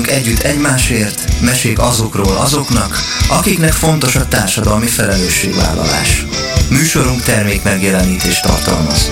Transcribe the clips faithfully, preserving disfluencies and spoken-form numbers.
Mozdulunk együtt egymásért, mesék azokról azoknak, akiknek fontos a társadalmi felelősségvállalás. Műsorunk termék megjelenítést tartalmaz.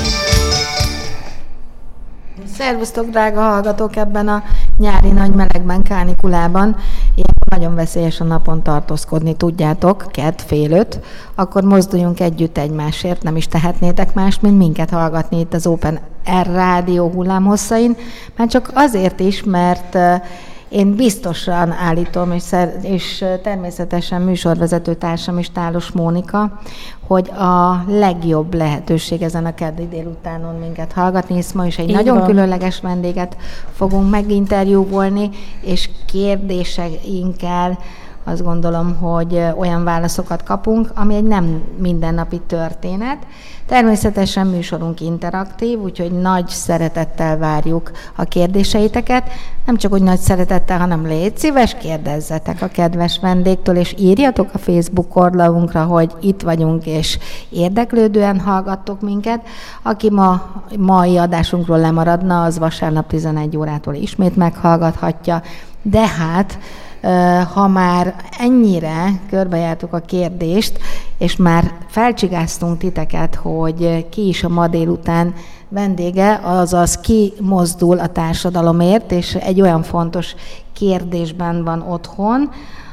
Szervusztok, drága hallgatók! Ebben a nyári nagy melegben, kánikulában, ilyen nagyon veszélyes a napon tartózkodni, tudjátok, kedd fél öt, akkor mozduljunk együtt egymásért, nem is tehetnétek más, mint minket hallgatni itt az Open Air rádió hullámhosszain, már csak azért is, mert én biztosan állítom, és, szer- és természetesen műsorvezető társam is, Tálos Mónika, hogy a legjobb lehetőség ezen a keddi délutánon minket hallgatni, hisz ma is egy Így nagyon van. különleges vendéget fogunk meginterjúvolni, és kérdéseinkkel azt gondolom, hogy olyan válaszokat kapunk, ami egy nem mindennapi történet. Természetesen műsorunk interaktív, úgyhogy nagy szeretettel várjuk a kérdéseiteket. Nem csak, hogy nagy szeretettel, hanem légy szíves, kérdezzetek a kedves vendégtől, és írjatok a Facebook oldalunkra, hogy itt vagyunk, és érdeklődően hallgattok minket. Aki ma mai adásunkról lemaradna, az vasárnap tizenegy órától ismét meghallgathatja. De hát, ha már ennyire körbejártuk a kérdést, és már felcsigáztunk titeket, hogy ki is a ma délután vendége, azaz ki mozdul a társadalomért, és egy olyan fontos kérdésben van otthon,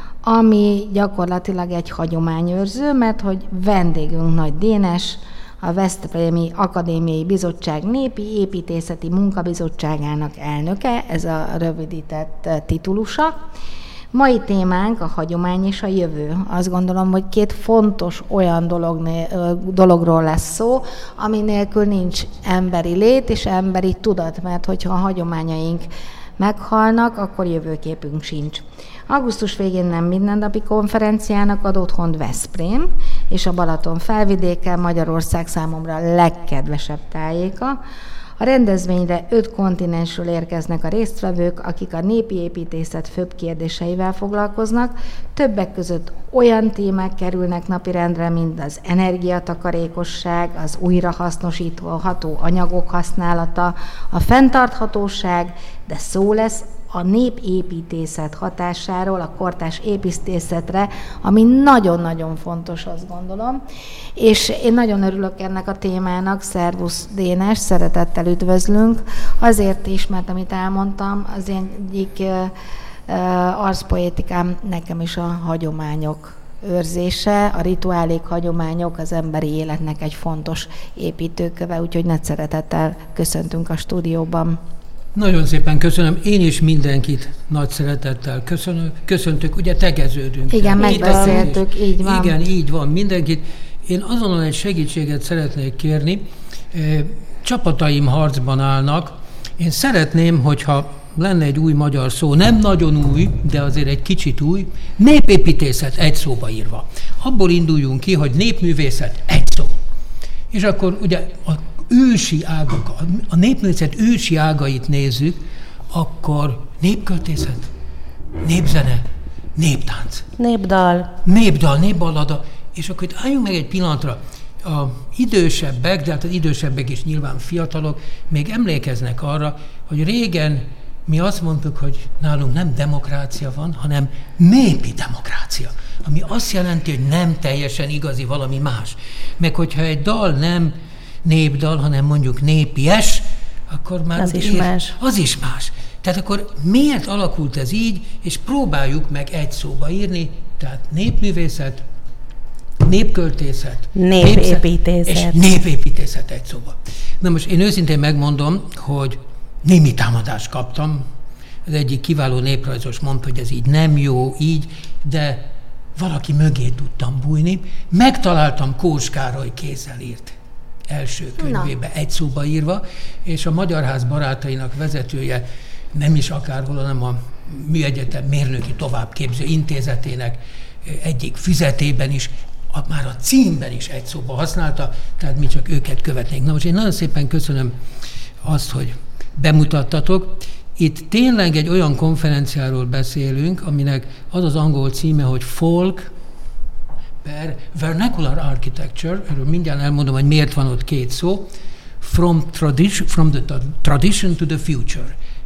ami gyakorlatilag egy hagyományőrző, mert hogy vendégünk Nagy Dénes, a Veszprémi Akadémiai Bizottság Népi Építészeti Munkabizottságának elnöke, ez a rövidített titulusa. Mai témánk a hagyomány és a jövő. Azt gondolom, hogy két fontos olyan dolog, dologról lesz szó, ami nélkül nincs emberi lét és emberi tudat, mert hogyha a hagyományaink meghalnak, akkor jövőképünk sincs. Augusztus végén nem mindennapi konferenciának ad otthont Veszprém, és a Balaton felvidéke Magyarország számomra a legkedvesebb tájéka. A rendezvényre öt kontinensről érkeznek a résztvevők, akik a népi építészet főbb kérdéseivel foglalkoznak. Többek között olyan témák kerülnek napirendre, mint az energiatakarékosság, az újrahasznosítható anyagok használata, a fenntarthatóság, de szó lesz a népépítészet hatásáról, a kortárs építészetre, ami nagyon-nagyon fontos, azt gondolom. És én nagyon örülök ennek a témának, szervusz Dénes, szeretettel üdvözlünk. Azért is, mert amit elmondtam, az egyik uh, uh, arszpoétikám nekem is a hagyományok őrzése, a rituálék, hagyományok az emberi életnek egy fontos építőköve, úgyhogy nagy szeretettel köszöntünk a stúdióban. Nagyon szépen köszönöm. Én is mindenkit nagy szeretettel köszönök. Köszöntök, ugye tegeződünk. Igen, megbeszéltük, így van. Igen, így van, mindenkit. Én azonnal egy segítséget szeretnék kérni. Csapataim harcban állnak. Én szeretném, hogyha lenne egy új magyar szó, nem nagyon új, de azért egy kicsit új, népépítészet egy szóba írva. Abból induljunk ki, hogy népművészet egy szó. És akkor ugye a ősi ágak, a népművészet ősi ágait nézzük, akkor népköltészet, népzene, néptánc. Népdal. Népdal, népballada. És akkor itt álljunk meg egy pillanatra. A idősebbek, de hát az idősebbek is nyilván fiatalok, még emlékeznek arra, hogy régen mi azt mondtuk, hogy nálunk nem demokrácia van, hanem népi demokrácia. Ami azt jelenti, hogy nem teljesen igazi valami más. Meg hogyha egy dal nem népdal, hanem mondjuk népies, akkor már az is ér, más. Az is más. Tehát akkor miért alakult ez így, és próbáljuk meg egy szóba írni, tehát népművészet, népköltészet, népépítészet, és népépítészet egy szóba. Na most én őszintén megmondom, hogy némi támadást kaptam. Az egyik kiváló néprajzos mondta, hogy ez így nem jó, így, de valaki mögé tudtam bújni. Megtaláltam Kós Károly kézzel írt első könyvébe, egy szóba írva, és a Magyar Ház barátainak vezetője nem is akárhol, hanem a Műegyetem Mérnöki Továbbképző Intézetének egyik füzetében is, a, már a címben is egy szóba használta, tehát mi csak őket követnénk. Na most én nagyon szépen köszönöm azt, hogy bemutattatok. Itt tényleg egy olyan konferenciáról beszélünk, aminek az az angol címe, hogy Folk per Vernacular Architecture, erről mindjárt elmondom, hogy miért van ott két szó, from tradition, from the tradition to the future.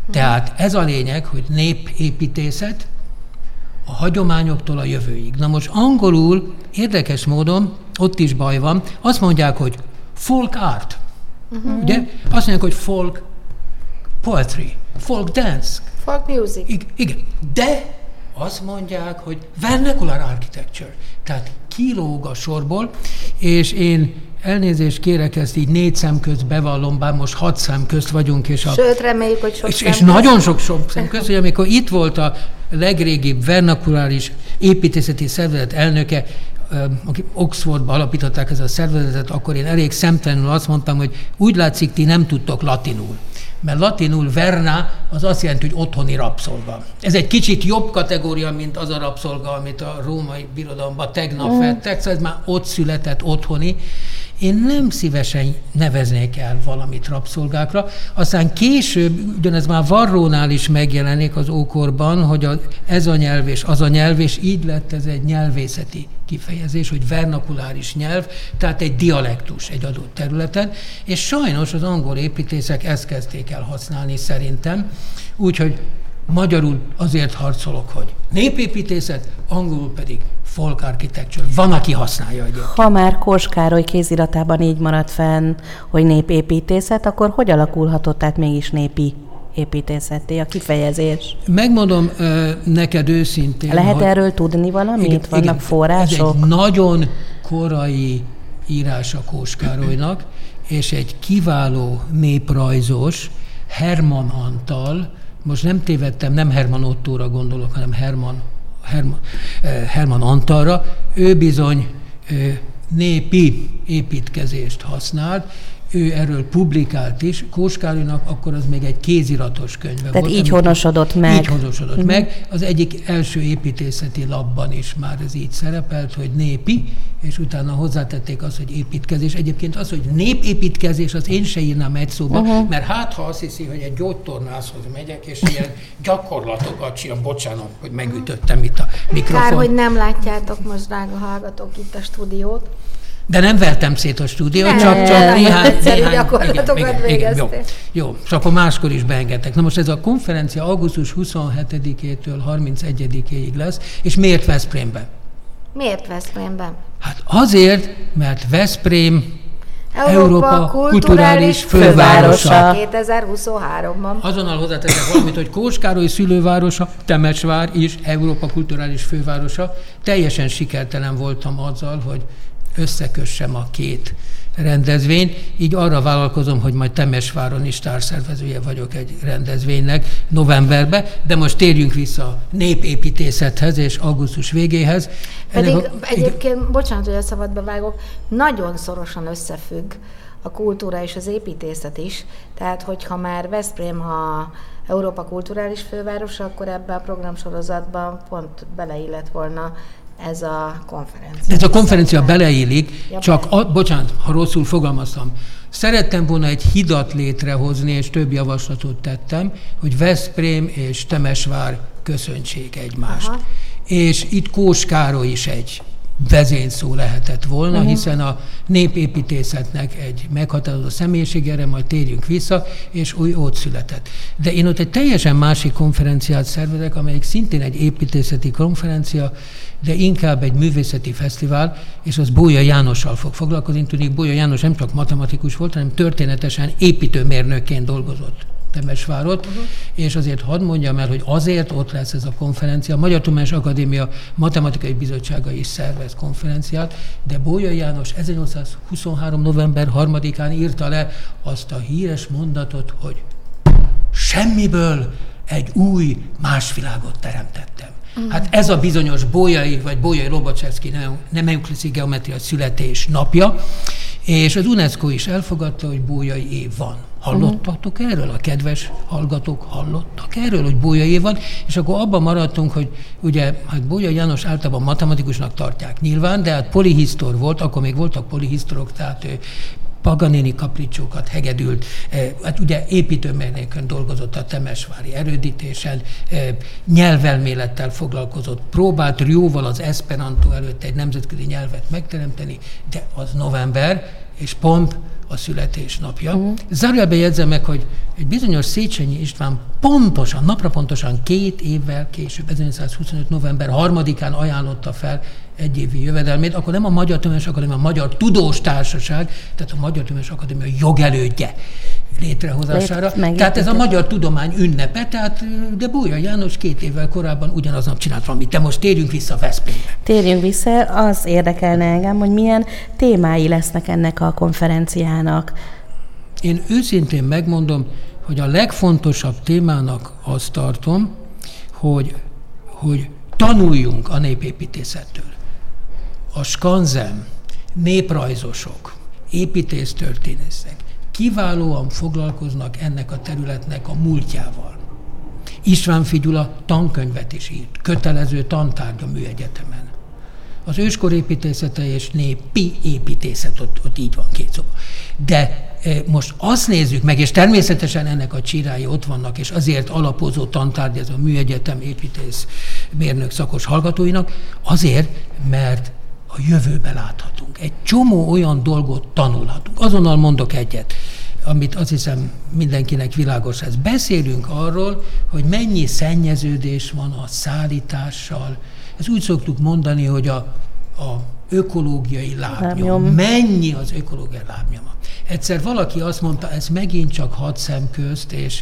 Tehát ez a lényeg, hogy népépítészet a hagyományoktól a jövőig. Na most angolul érdekes módon, ott is baj van, azt mondják, hogy folk art. Uh-huh. Ugye? Azt mondják, hogy folk poetry, folk dance. Folk music. I- igen. De azt mondják, hogy vernacular architecture. Tehát kilóg a sorból, és én elnézést kérek, ezt így négy szem közt bevallom, bár most hat szem közt vagyunk. És a, Sőt, reméljük, hogy sok és, szem és közt. nagyon sok, sok szem közt, hogy amikor itt volt a legrégibb vernakuláris építészeti szervezet elnöke, aki Oxfordba alapították ezt a szervezetet, akkor én elég szemtelenül azt mondtam, hogy úgy látszik, ti nem tudtok latinul. Mert latinul verna az azt jelenti, hogy otthoni rabszolga. Ez egy kicsit jobb kategória, mint az a rabszolga, amit a római birodalomban tegnap mm. vettek, szóval ez már ott született otthoni. Én nem szívesen neveznék el valamit rabszolgákra. Aztán később, ugyanez már Varrónál is megjelenik az ókorban, hogy a, ez a nyelv és az a nyelv, és így lett ez egy nyelvészeti kifejezés, hogy vernakuláris nyelv, tehát egy dialektus egy adott területen, és sajnos az angol építészek ezt kezdték el használni szerintem, úgyhogy magyarul azért harcolok, hogy népépítészet, angolul pedig folk architecture. Van, aki használja egyébként. Ha már Kós Károly kéziratában így maradt fenn, hogy népépítészet, akkor hogy alakulhatott át mégis népi építészetté a kifejezés? Megmondom uh, neked őszintén, Lehet hogy erről tudni valamit? igen, Vannak igen, források? Ez egy nagyon korai írás a Kós Károlynak, és egy kiváló néprajzos, Hermann Antal, most nem tévedtem, nem Hermann Ottóra gondolok, hanem Hermann, Hermann, Hermann Antalra, ő bizony népi építkezést használt, ő erről publikált is, Kós Károlynak akkor az még egy kéziratos könyve Tehát volt. így honosodott meg. Így honosodott uh-huh. meg. Az egyik első építészeti labban is már ez így szerepelt, hogy népi, és utána hozzátették azt, hogy építkezés. Egyébként az, hogy népépítkezés, az én se írnám egy szóba, uh-huh. mert hát ha azt hiszi, hogy egy gyógytornászhoz megyek, és ilyen gyakorlatokat csinál, bocsánat, hogy megütöttem itt a mikrofon. Kár, hogy nem látjátok most, drága hallgatók, itt a stúdiót. De nem vertem szét a stúdiót, nem, csak, csak nem, néhány... egyszerű néhány gyakorlatokat igen, igen, igen, jó, végeztél. jó, és akkor máskor is beengedtek. Na most ez a konferencia augusztus huszonhetedikétől harmincegyedikéig lesz, és miért Veszprémben? Miért Veszprémben? Hát azért, mert Veszprém Európa, Európa kulturális, kulturális fővárosa. fővárosa. kétezer-huszonháromban. Azonnal hozzáteszek valamit, hogy Kós Károly szülővárosa, Temesvár is Európa kulturális fővárosa. Teljesen sikertelen voltam azzal, hogy összekössem a két rendezvényt. Így arra vállalkozom, hogy majd Temesváron is társszervezője vagyok egy rendezvénynek novemberben, de most térjünk vissza a népépítészethez és augusztus végéhez. Pedig Ennek a, egyébként, igen. bocsánat, hogy a szabadba vágok, nagyon szorosan összefügg a kultúra és az építészet is. Tehát, hogyha már Veszprém, ha Európa kulturális fővárosa, akkor ebben a programsorozatban pont beleillett volna ez a konferencia. Ez a konferencia beleillik, ja, csak, a, bocsánat, ha rosszul fogalmaztam, szerettem volna egy hidat létrehozni, és több javaslatot tettem, hogy Veszprém és Temesvár köszöntsék egymást. Aha. És itt Kós Károly is egy vezényszó lehetett volna, uh-huh. hiszen a népépítészetnek egy meghatározó személyiség, erre majd térjünk vissza, és új ott született. De én ott egy teljesen másik konferenciát szervezek, amelyik szintén egy építészeti konferencia, de inkább egy művészeti fesztivál, és az Bolyai Jánossal fog foglalkozni. Tudnék, Bolyai János nem csak matematikus volt, hanem történetesen építőmérnökként dolgozott Temesvárot, uh-huh. és azért hadd mondjam el, hogy azért ott lesz ez a konferencia. A Magyar Tudományos Akadémia Matematikai Bizottsága is szervez konferenciát, de Bolyai János ezernyolcszázhuszonhárom. november harmadikán írta le azt a híres mondatot, hogy semmiből egy új más világot teremtettem. Uh-huh. Hát ez a bizonyos Bolyai, vagy Bolyai-Lobaczewski nemeukliszi geometria születés napja, és az UNESCO is elfogadta, hogy Bolyai év van. Hallottatok uh-huh. erről? A kedves hallgatók hallottak erről, hogy Bolyai év van? És akkor abban maradtunk, hogy ugye hát Bolyai János általában matematikusnak tartják nyilván, de hát polihisztor volt, akkor még voltak polihisztorok, tehát ő Paganini kapricsókat hegedült, hát ugye építőmérnökön dolgozott a temesvári erődítésen, nyelvelmélettel foglalkozott, próbált Rióval az Esperanto előtt egy nemzetközi nyelvet megteremteni, de az november, és pont a születésnapja. Uh-huh. Zárójelben jegyzem meg, hogy egy bizonyos Széchenyi István pontosan, napra pontosan két évvel később, ezernyolcszázhuszonöt. november harmadikán ajánlotta fel egyévi jövedelmét, akkor nem a Magyar Tudományos Akadémia, a Magyar Tudós Társaság, tehát a Magyar Tudományos Akadémia jogelődje létrehozására. Lét, tehát ez a magyar tudomány ünnepe, tehát de Bólyai János két évvel korábban ugyanaznap csinált valamit. De most térjünk vissza Veszprémbe. Térjünk vissza, az érdekelne engem, hogy milyen témái lesznek ennek a konferenciának. Én őszintén megmondom, hogy a legfontosabb témának azt tartom, hogy, hogy tanuljunk a népépítészettől. A skanzen, néprajzosok, építésztörténészek kiválóan foglalkoznak ennek a területnek a múltjával. Istvánffy Gyula tankönyvet is írt, kötelező tantárgy a Műegyetemen. Az őskor építészete és népi építészet, ott, ott így van két szoba. De e, most azt nézzük meg, és természetesen ennek a csírái ott vannak, és azért alapozó tantárgy ez a Műegyetem építész mérnök szakos hallgatóinak, azért, mert a jövőbe láthatunk. Egy csomó olyan dolgot tanulhatunk. Azonnal mondok egyet, amit azt hiszem mindenkinek világos lesz. Beszélünk arról, hogy mennyi szennyeződés van a szállítással. Ezt úgy szoktuk mondani, hogy a, a ökológiai lábnyom. lábnyom. Mennyi az ökológiai lábnyoma. Egyszer valaki azt mondta, ez megint csak hat szem közt, és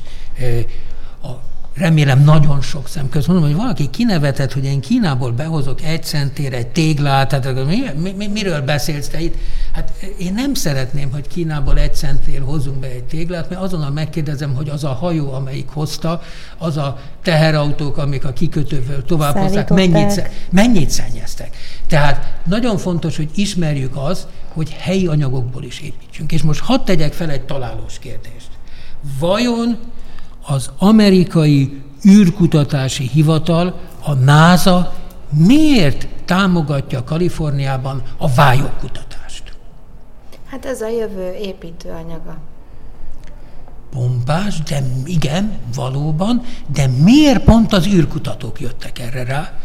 e, a remélem nagyon sok szem közt. Mondom, hogy valaki kinevetett, hogy én Kínából behozok egy centért egy téglát, tehát mi, mi, miről beszélsz te itt? Hát én nem szeretném, hogy Kínából egy centért hozzunk be egy téglát, mert azonnal megkérdezem, hogy az a hajó, amelyik hozta, az a teherautók, amik a kikötővel tovább hozták, mennyit, mennyit szennyeztek. Tehát nagyon fontos, hogy ismerjük azt, hogy helyi anyagokból is építsünk. És most hadd tegyek fel egy találós kérdést. Vajon az amerikai űrkutatási hivatal, a NASA miért támogatja Kaliforniában a vályogkutatást? Hát ez a jövő építőanyaga. Pompás, de igen, valóban, de miért pont az űrkutatók jöttek erre rá?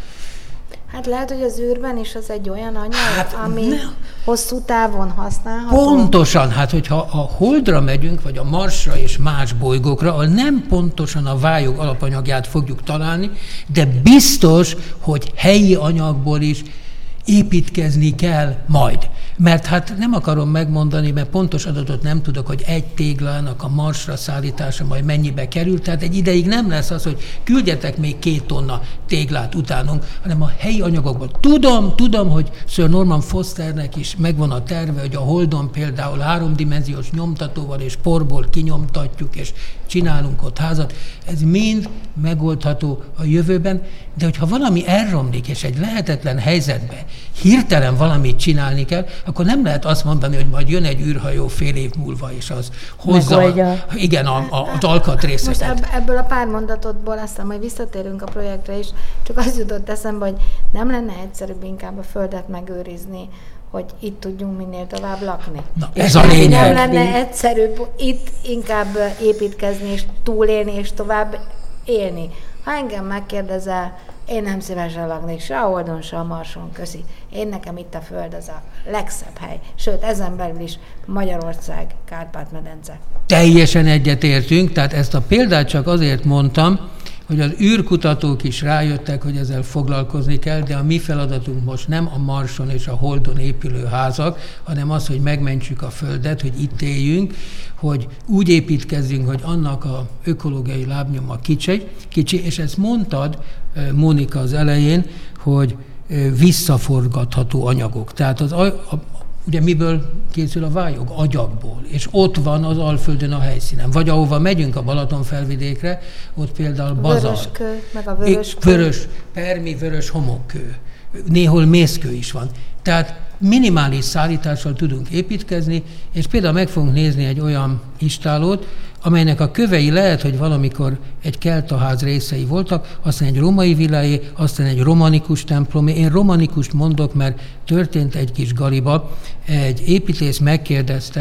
Hát lehet, hogy az űrben is az egy olyan anyag, hát, ami ne. hosszú távon használható. Pontosan, hát hogyha a Holdra megyünk, vagy a Marsra és más bolygókra, ahol nem pontosan a vályog alapanyagját fogjuk találni, de biztos, hogy helyi anyagból is építkezni kell majd. Mert hát nem akarom megmondani, mert pontos adatot nem tudok, hogy egy téglának a Marsra szállítása majd mennyibe kerül, tehát egy ideig nem lesz az, hogy küldjetek még két tonna téglát utánunk, hanem a helyi anyagokból. Tudom, tudom, hogy Sir Norman Fosternek is megvan a terve, hogy a Holdon például háromdimenziós nyomtatóval és porból kinyomtatjuk, és csinálunk ott házat. Ez mind megoldható a jövőben, de hogyha valami elromlik, és egy lehetetlen helyzetbe hirtelen valamit csinálni kell, akkor nem lehet azt mondani, hogy majd jön egy űrhajó fél év múlva, és az hozza a, igen, a, a, az alkatrészeket. Most ebből a pár mondatotból aztán majd visszatérünk a projektre is, csak az jutott eszembe, hogy nem lenne egyszerűbb inkább a Földet megőrizni, hogy itt tudjunk minél tovább lakni. Na, ez a lényeg. Nem lenne egyszerűbb itt inkább építkezni, és túlélni, és tovább élni. Ha engem megkérdezel, én nem szívesen laknék se a Holdon, se a Marson, köszi. Én nekem itt a Föld az a legszebb hely. Sőt, ezen belül is Magyarország, Kárpát-medence. Teljesen egyetértünk, tehát ezt a példát csak azért mondtam, hogy az űrkutatók is rájöttek, hogy ezzel foglalkozni kell, de a mi feladatunk most nem a Marson és a Holdon épülő házak, hanem az, hogy megmentsük a Földet, hogy itt éljünk, hogy úgy építkezzünk, hogy annak a ökológiai lábnyoma kicsi, kicsi, és ezt mondtad, Mónika, az elején, hogy visszaforgatható anyagok. Tehát az, a, a, ugye miből készül a vályog? Agyagból. És ott van az Alföldön a helyszínen. Vagy ahova megyünk a Balaton felvidékre, ott például bazalt. Vörös kő, meg a vörös kő. Vörös, permi vörös homokkő. Néhol mészkő is van. Tehát minimális szállítással tudunk építkezni, és például meg fogunk nézni egy olyan istálót, amelynek a kövei lehet, hogy valamikor egy keltaház részei voltak, aztán egy római villáé, aztán egy romanikus templomé. Én romanikust mondok, mert történt egy kis galiba, egy építész megkérdezte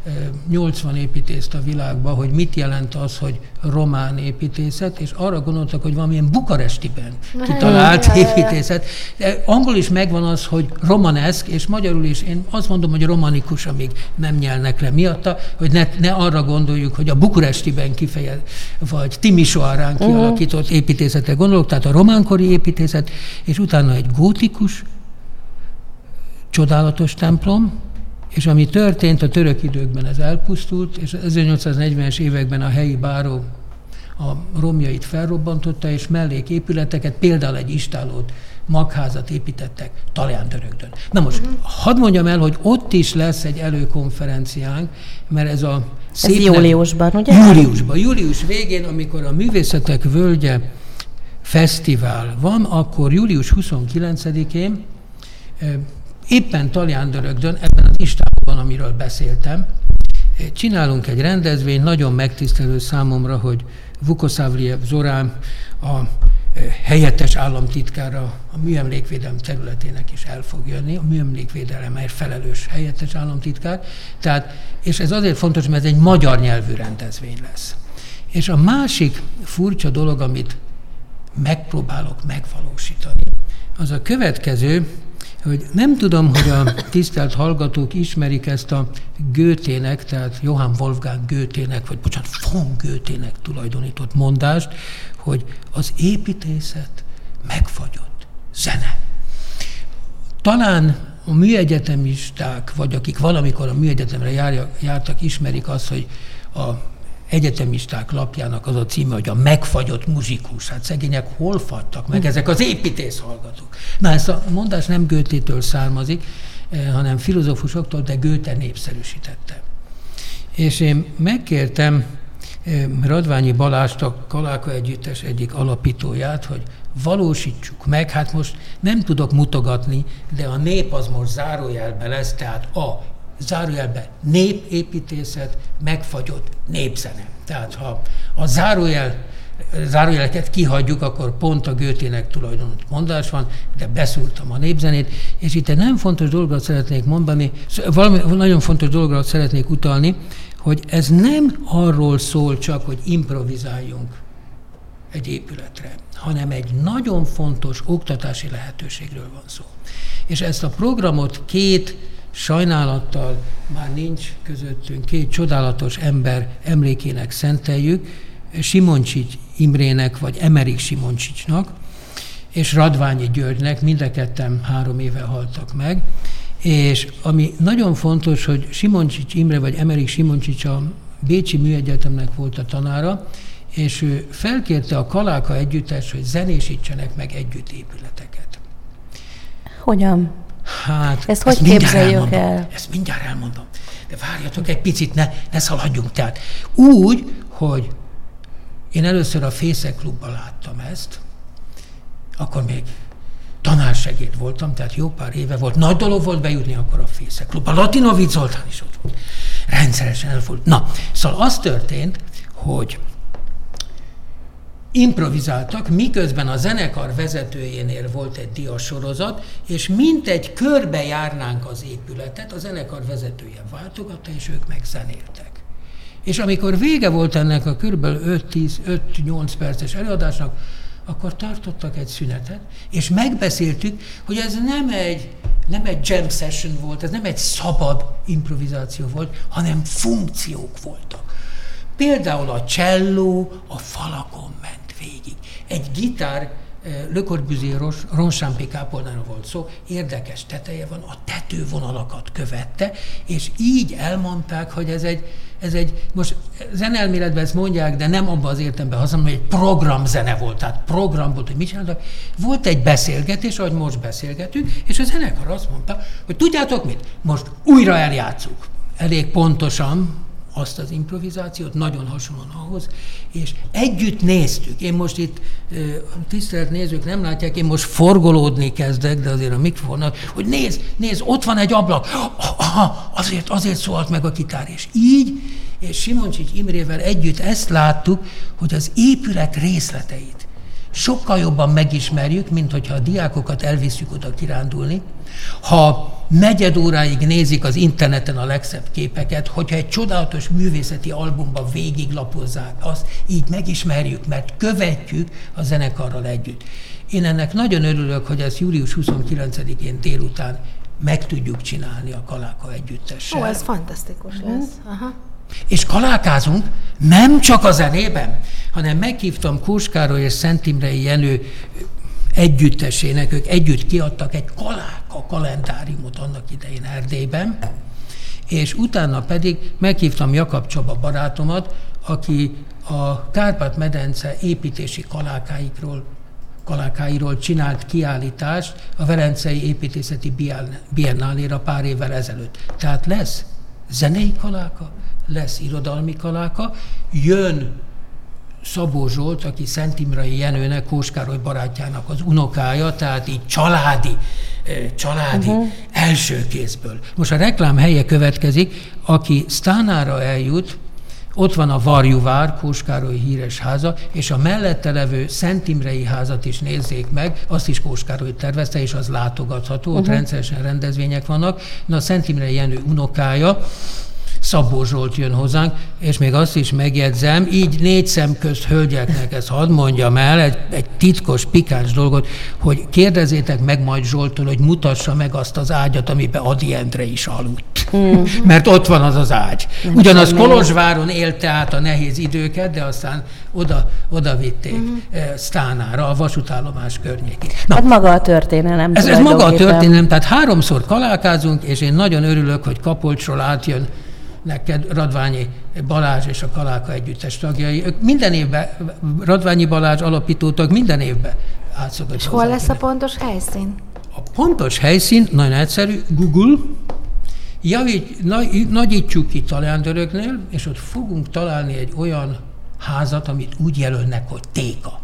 nyolcvan építészt a világban, hogy mit jelent az, hogy román építészet, és arra gondoltak, hogy valamilyen bukarestiben kitalált építészet. De angol is megvan az, hogy romaneszk, és magyarul is én azt mondom, hogy romanikus, amíg nem nyelnek le miatta, hogy ne, ne arra gondoljuk, hogy a bukarestiben kifejez, vagy Timisoarán kialakított építészetre gondolok, tehát a románkori építészet, és utána egy gótikus, csodálatos templom, és ami történt a török időkben, ez elpusztult, és ezernyolcszáznegyvenes években a helyi báró a romjait felrobbantotta, és melléképületeket, például egy istállót, magházat építettek Talján-Dörögdön. Na most, uh-huh. hadd mondjam el, hogy ott is lesz egy előkonferenciánk, mert ez a szép... Ez júliusban, nev... ugye? Júliusban. Július végén, amikor a Művészetek Völgye fesztivál van, akkor július huszonkilencedikén éppen Talján-Dörögdön, ebben az istállóban, amiről beszéltem, csinálunk egy rendezvényt, nagyon megtisztelő számomra, hogy Vukosavljev Zorán, a helyettes államtitkára a műemlékvédelem területének is el fog jönni, a műemlékvédelemért felelős helyettes államtitkár. Tehát, és ez azért fontos, mert ez egy magyar nyelvű rendezvény lesz. És a másik furcsa dolog, amit megpróbálok megvalósítani, az a következő, hogy nem tudom, hogy a tisztelt hallgatók ismerik ezt a Goethének, tehát Johann Wolfgang Goethének, vagy bocsánat, von Goethének tulajdonított mondást, hogy az építészet megfagyott zene. Talán a műegyetemisták, vagy akik valamikor a műegyetemre járjak, jártak, ismerik azt, hogy a egyetemisták lapjának az a címe, hogy a megfagyott muzsikus. Hát szegények hol fagytak meg ezek az építész hallgatók? Na, ezt a mondás nem Goethétől származik, hanem filozófusoktól, de Goethe népszerűsítette. És én megkértem Radványi Balást, a Kaláka Együttes egyik alapítóját, hogy valósítsuk meg, hát most nem tudok mutogatni, de a nép az most zárójelbe lesz, tehát a zárójelbe népépítészet, megfagyott népzene. Tehát ha a zárójel, zárójeleket kihagyjuk, akkor pont a Goethének tulajdonított mondás van, de beszúrtam a népzenét, és itt egy nagyon fontos dologra szeretnék mondani, valami nagyon fontos dologra szeretnék utalni, hogy ez nem arról szól csak, hogy improvizáljunk egy épületre, hanem egy nagyon fontos oktatási lehetőségről van szó. És ezt a programot két sajnálattal már nincs közöttünk, két csodálatos ember emlékének szenteljük, Simoncsics Imrének, vagy Emerik Simoncsicsnak, és Radványi Györgynek, mind a ketten három éve haltak meg, és ami nagyon fontos, hogy Simoncsics Imre, vagy Emerik Simoncsics a Bécsi Műegyetemnek volt a tanára, és ő felkérte a Kaláka Együttest, hogy zenésítsenek meg együtt épületeket. Hogyan? Hát, ezt, ezt hogy képzeljük el? Ezt mindjárt elmondom. De várjatok egy picit, ne, ne szaladjunk. Tehát úgy, hogy én először a Fészek Klubban láttam ezt, akkor még tanársegéd voltam, tehát jó pár éve volt. Nagy dolog volt bejutni akkor a Fészek Klubban. Latinovics Zoltán is ott volt. Rendszeresen elfordult. Na, szóval az történt, hogy improvizáltak, miközben a zenekar vezetőjénél volt egy diasorozat, és mintegy körbe járnánk az épületet, a zenekar vezetője váltogatta, és ők meg zenéltek. És amikor vége volt ennek a kb. öt-tíz-öt-nyolc perces előadásnak, akkor tartottak egy szünetet, és megbeszéltük, hogy ez nem egy, nem egy jam session volt, ez nem egy szabad improvizáció volt, hanem funkciók voltak. Például a cselló a falakon ment végig. Egy gitár, Le Corbusier Ronchampé kápolnáról volt szó, érdekes teteje van, a tetővonalakat követte, és így elmondták, hogy ez egy, ez egy most zenelméletben ezt mondják, de nem abban az értelemben használom, hogy egy programzene volt, tehát program volt, hogy mit csináltak. Volt egy beszélgetés, ahogy most beszélgetünk, és a zenekar azt mondta, hogy tudjátok mit? Most újra eljátszuk. Elég pontosan azt az improvizációt, nagyon hasonlóan ahhoz, és együtt néztük. Én most itt, tisztelt nézők nem látják, én most forgolódni kezdek, de azért a mikrofonnal, hogy nézd, nézd, ott van egy ablak, aha, azért, azért szólt meg a gitár, és így, és Simoncsics Imrével együtt ezt láttuk, hogy az épület részleteit sokkal jobban megismerjük, mint hogyha a diákokat elviszük oda kirándulni. Ha negyed óráig nézik az interneten a legszebb képeket, hogyha egy csodálatos művészeti albumban végiglapozzák, azt így megismerjük, mert követjük a zenekarral együtt. Én ennek nagyon örülök, hogy ezt július huszonkilencedikén délután meg tudjuk csinálni a Kaláka együttessel. Ó, ez fantasztikus lesz. Aha. És kalákázunk nem csak a zenében, hanem meghívtam Kós Károly és Szent Imrei Jenő együttesének, ők együtt kiadtak egy Kaláka kalendáriumot annak idején Erdélyben, és utána pedig meghívtam Jakab Csaba barátomat, aki a Kárpát-medence építési kalákáikról, kalákáiról csinált kiállítást a Velencei Építészeti Biennáléra pár évvel ezelőtt. Tehát lesz zenei kaláka, lesz irodalmi kaláka, jön Szabó Zsolt, aki Szent Imrei Jenőnek, Kós Károly barátjának az unokája, tehát így családi, családi uh-huh. első kézből. Most a reklám helye következik, aki Sztánára eljut, ott van a Varjuvár, Kós Károly híres háza, és a mellette levő Szent Imrei házat is nézzék meg, azt is Kós Károly tervezte, és az látogatható, uh-huh. ott rendszeresen rendezvények vannak. Na, a Szent Imrei Jenő unokája, Szabó Zsolt jön hozzánk, és még azt is megjegyzem, így négy szem közt hölgyeknek ezt hadd mondjam el, egy, egy titkos, pikáns dolgot, hogy kérdezzétek meg majd Zsolttól, hogy mutassa meg azt az ágyat, amiben Ady Endre is aludt. Mm. Mert ott van az az ágy. Nem Ugyanaz semmi. Kolozsváron élte át a nehéz időket, de aztán oda, oda vitték mm. Sztánára, a vasútállomás környékén. Na, hát maga a történelem. Ez, ez maga a történelem, tehát háromszor kalákázunk, és én nagyon örülök, hogy Kapolcsról átjön neked Radványi Balázs és a Kaláka együttes tagjai. Ők minden évben, Radványi Balázs alapítótag minden évben átszokott. És hol lesz a pontos helyszín? A pontos helyszín nagyon egyszerű, Google, javít, nagy, nagyítsuk ki Talándöröknél, és ott fogunk találni egy olyan házat, amit úgy jelölnek, hogy Téka.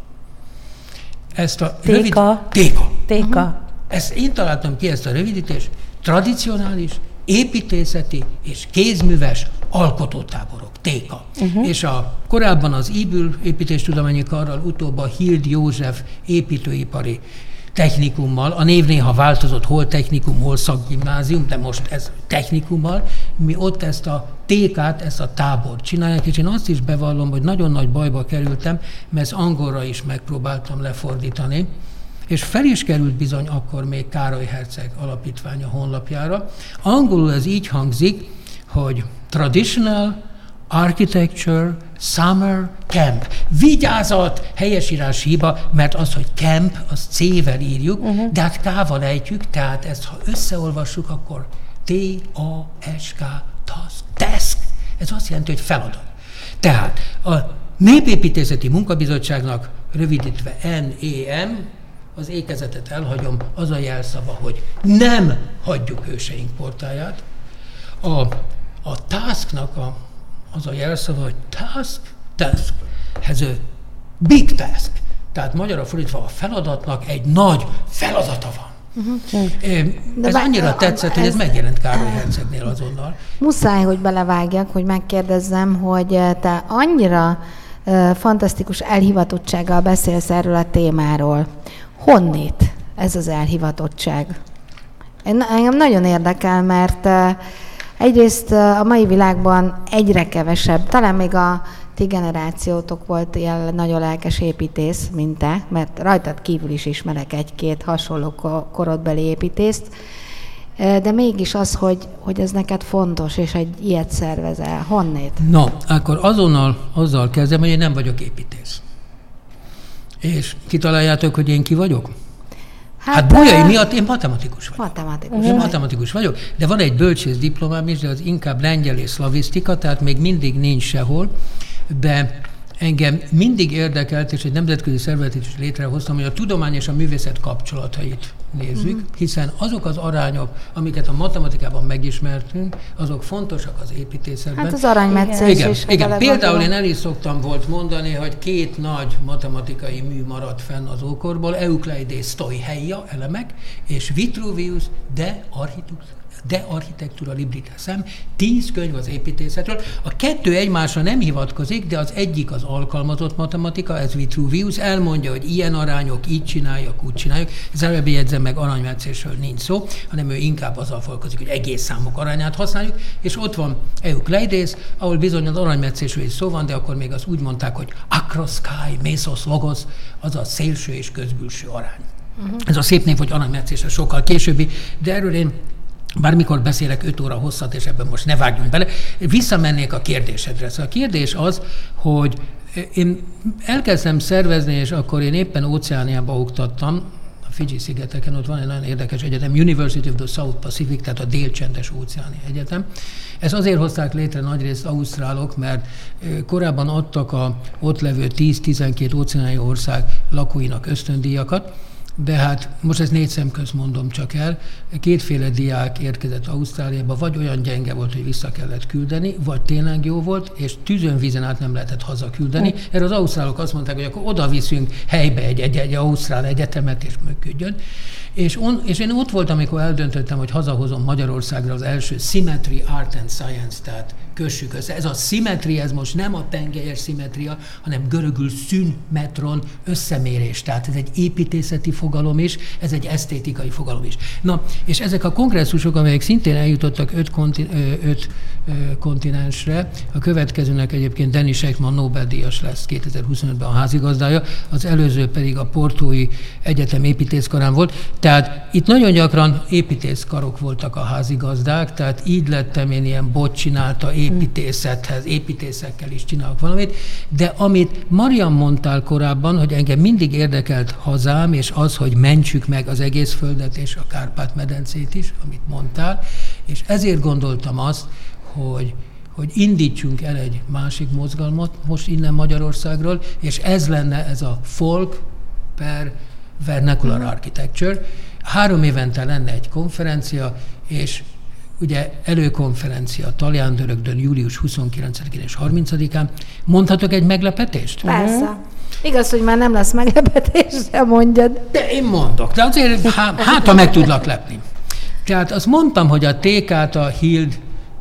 Ezt a Téka? Rövid, téka. Téka. Uh-huh. Ezt én találtam ki, ezt a rövidítést. Tradicionális, építészeti és kézműves alkotótáborok, Téka. Uh-huh. És a, korábban az Íbül építéstudományi karral, utóbb a Hild József építőipari technikummal, a név néha változott, hol technikum, hol szakgimnázium, de most ez technikummal, mi ott ezt a Tékát, ezt a tábort csinálják, és én azt is bevallom, hogy nagyon nagy bajba kerültem, mert ezt angolra is megpróbáltam lefordítani, és fel is került bizony akkor még Károly herceg alapítványa honlapjára. Angolul ez így hangzik, hogy Traditional Architecture Summer Camp. Vigyázat, helyesírás hiba, mert az, hogy camp, az C-vel írjuk, uh-huh. de hát K-val ejtjük, tehát ezt, ha összeolvassuk, akkor T-A-S-K, task, task. Ez azt jelenti, hogy feladat. Tehát a Népépítészeti Munkabizottságnak, rövidítve N E M, az ékezetet elhagyom, az a jelszava, hogy nem hagyjuk őseink portáját. A, a tasknak a, az a jelszava, hogy task, task, ez a big task. Tehát magyarra fordítva a feladatnak egy nagy feladata van. Uh-huh. Ez bár, annyira tetszett, ez, hogy ez megjelent Károly hercegnél azonnal. Muszáj, hogy belevágjak, hogy megkérdezzem, hogy te annyira uh, fantasztikus elhivatottsággal beszélsz erről a témáról. Honnét ez az elhivatottság? Engem nagyon érdekel, mert egyrészt a mai világban egyre kevesebb, talán még a ti generációtok volt ilyen nagyon lelkes építész, mint te, mert rajtad kívül is ismerek egy-két hasonló korodbeli építészt, de mégis az, hogy, hogy ez neked fontos, és egy ilyet szervezel. Honnét? No, akkor azonnal azzal kezdem, hogy én nem vagyok építész. És kitaláljátok, hogy én ki vagyok? Hát, hát Bolyai miatt én matematikus vagyok. Matematikus. Én matematikus vagyok, de van egy bölcsész diplomám is, de az inkább lengyel és szlavisztika, tehát még mindig nincs sehol, de engem mindig érdekelt, és egy nemzetközi szervezetet is létrehoztam, hogy a tudomány és a művészet kapcsolatait nézzük, uh-huh. hiszen azok az arányok, amiket a matematikában megismertünk, azok fontosak az építészetben. Hát az aranymetszés igen, is. Igen, például én el is szoktam volt mondani, hogy két nagy matematikai mű maradt fenn az ókorból, Eukleidész Stoicheia elemek, és Vitruvius de Architus De Architectura Libertatem, tíz könyv az építészetről. A kettő egymásra nem hivatkozik, de az egyik az alkalmazott matematika, ez Vitruvius, elmondja, hogy ilyen arányok, így csináljuk, úgy csináljuk. Ezzel bejegyzem meg, aranymetszésről nincs szó, hanem ő inkább azzal foglalkozik, hogy egész számok arányát használjuk, és ott van Eukleides, ahol bizony az aranymetszésről is szó van, de akkor még azt úgy mondták, hogy akroszkai, mesos, logos, az a szélső és közbülső arány. Uh-huh. Ez a szép név, hogy aranymetszésre sokkal későbbi, de erről én bármikor beszélek öt óra hosszat, és ebben most ne vágjunk bele. Visszamennék a kérdésedre. Szóval a kérdés az, hogy én elkezdtem szervezni, és akkor én éppen Óceániába oktattam, a Fidzsi-szigeteken, ott van egy nagyon érdekes egyetem, University of the South Pacific, tehát a Dél-csendes óceáni egyetem. Ezt azért hozták létre nagyrészt ausztrálok, mert korábban adtak a ott levő tíz-tizenkét óceáni ország lakóinak ösztöndíjakat, de hát most ezt négy szem közt mondom csak el, kétféle diák érkezett Ausztráliába, vagy olyan gyenge volt, hogy vissza kellett küldeni, vagy tényleg jó volt, és tűzön vízen át nem lehetett hazaküldeni. Erre az ausztrálok azt mondták, hogy akkor oda viszünk helybe egy, egy, egy ausztrál egyetemet, és működjön. És, on, és én ott voltam, amikor eldöntöttem, hogy hazahozom Magyarországra az első Symmetry, Art and Science, tehát kössük össze. Ez a szimmetria, ez most nem a tengelyes szimmetria, hanem görögül szünmetron, összemérés. Tehát ez egy építészeti fogalom is, ez egy esztétikai fogalom is. Na, és ezek a kongresszusok, amelyek szintén eljutottak öt, konti, öt kontinensre, a következőnek egyébként Danny Shechtman Nobel-díjas lesz kétezer-huszonötben a házigazdája, az előző pedig a Portói Egyetem építészkarán volt. Tehát itt nagyon gyakran építészkarok voltak a házigazdák, tehát így lettem én ilyen bot csinálta építészethez, építészekkel is csinálok valamit, de amit Marian mondtál korábban, hogy engem mindig érdekelt hazám, és az, hogy mentsük meg az egész földet és a Kárpát-medencét is, amit mondtál, és ezért gondoltam azt, hogy, hogy indítsunk el egy másik mozgalmat most innen Magyarországról, és ez lenne ez a folk per vernacular architecture. Három évente lenne egy konferencia, és ugye előkonferencia Talján-Dörögdön július huszonkilencedikén és harmincadikán. Mondhatok egy meglepetést? Persze. Uh-huh. Igaz, hogy már nem lesz meglepetés, de mondjad. De én mondok, de azért há, hát, ha meg tudlak lepni. Tehát azt mondtam, hogy a té kát a Hild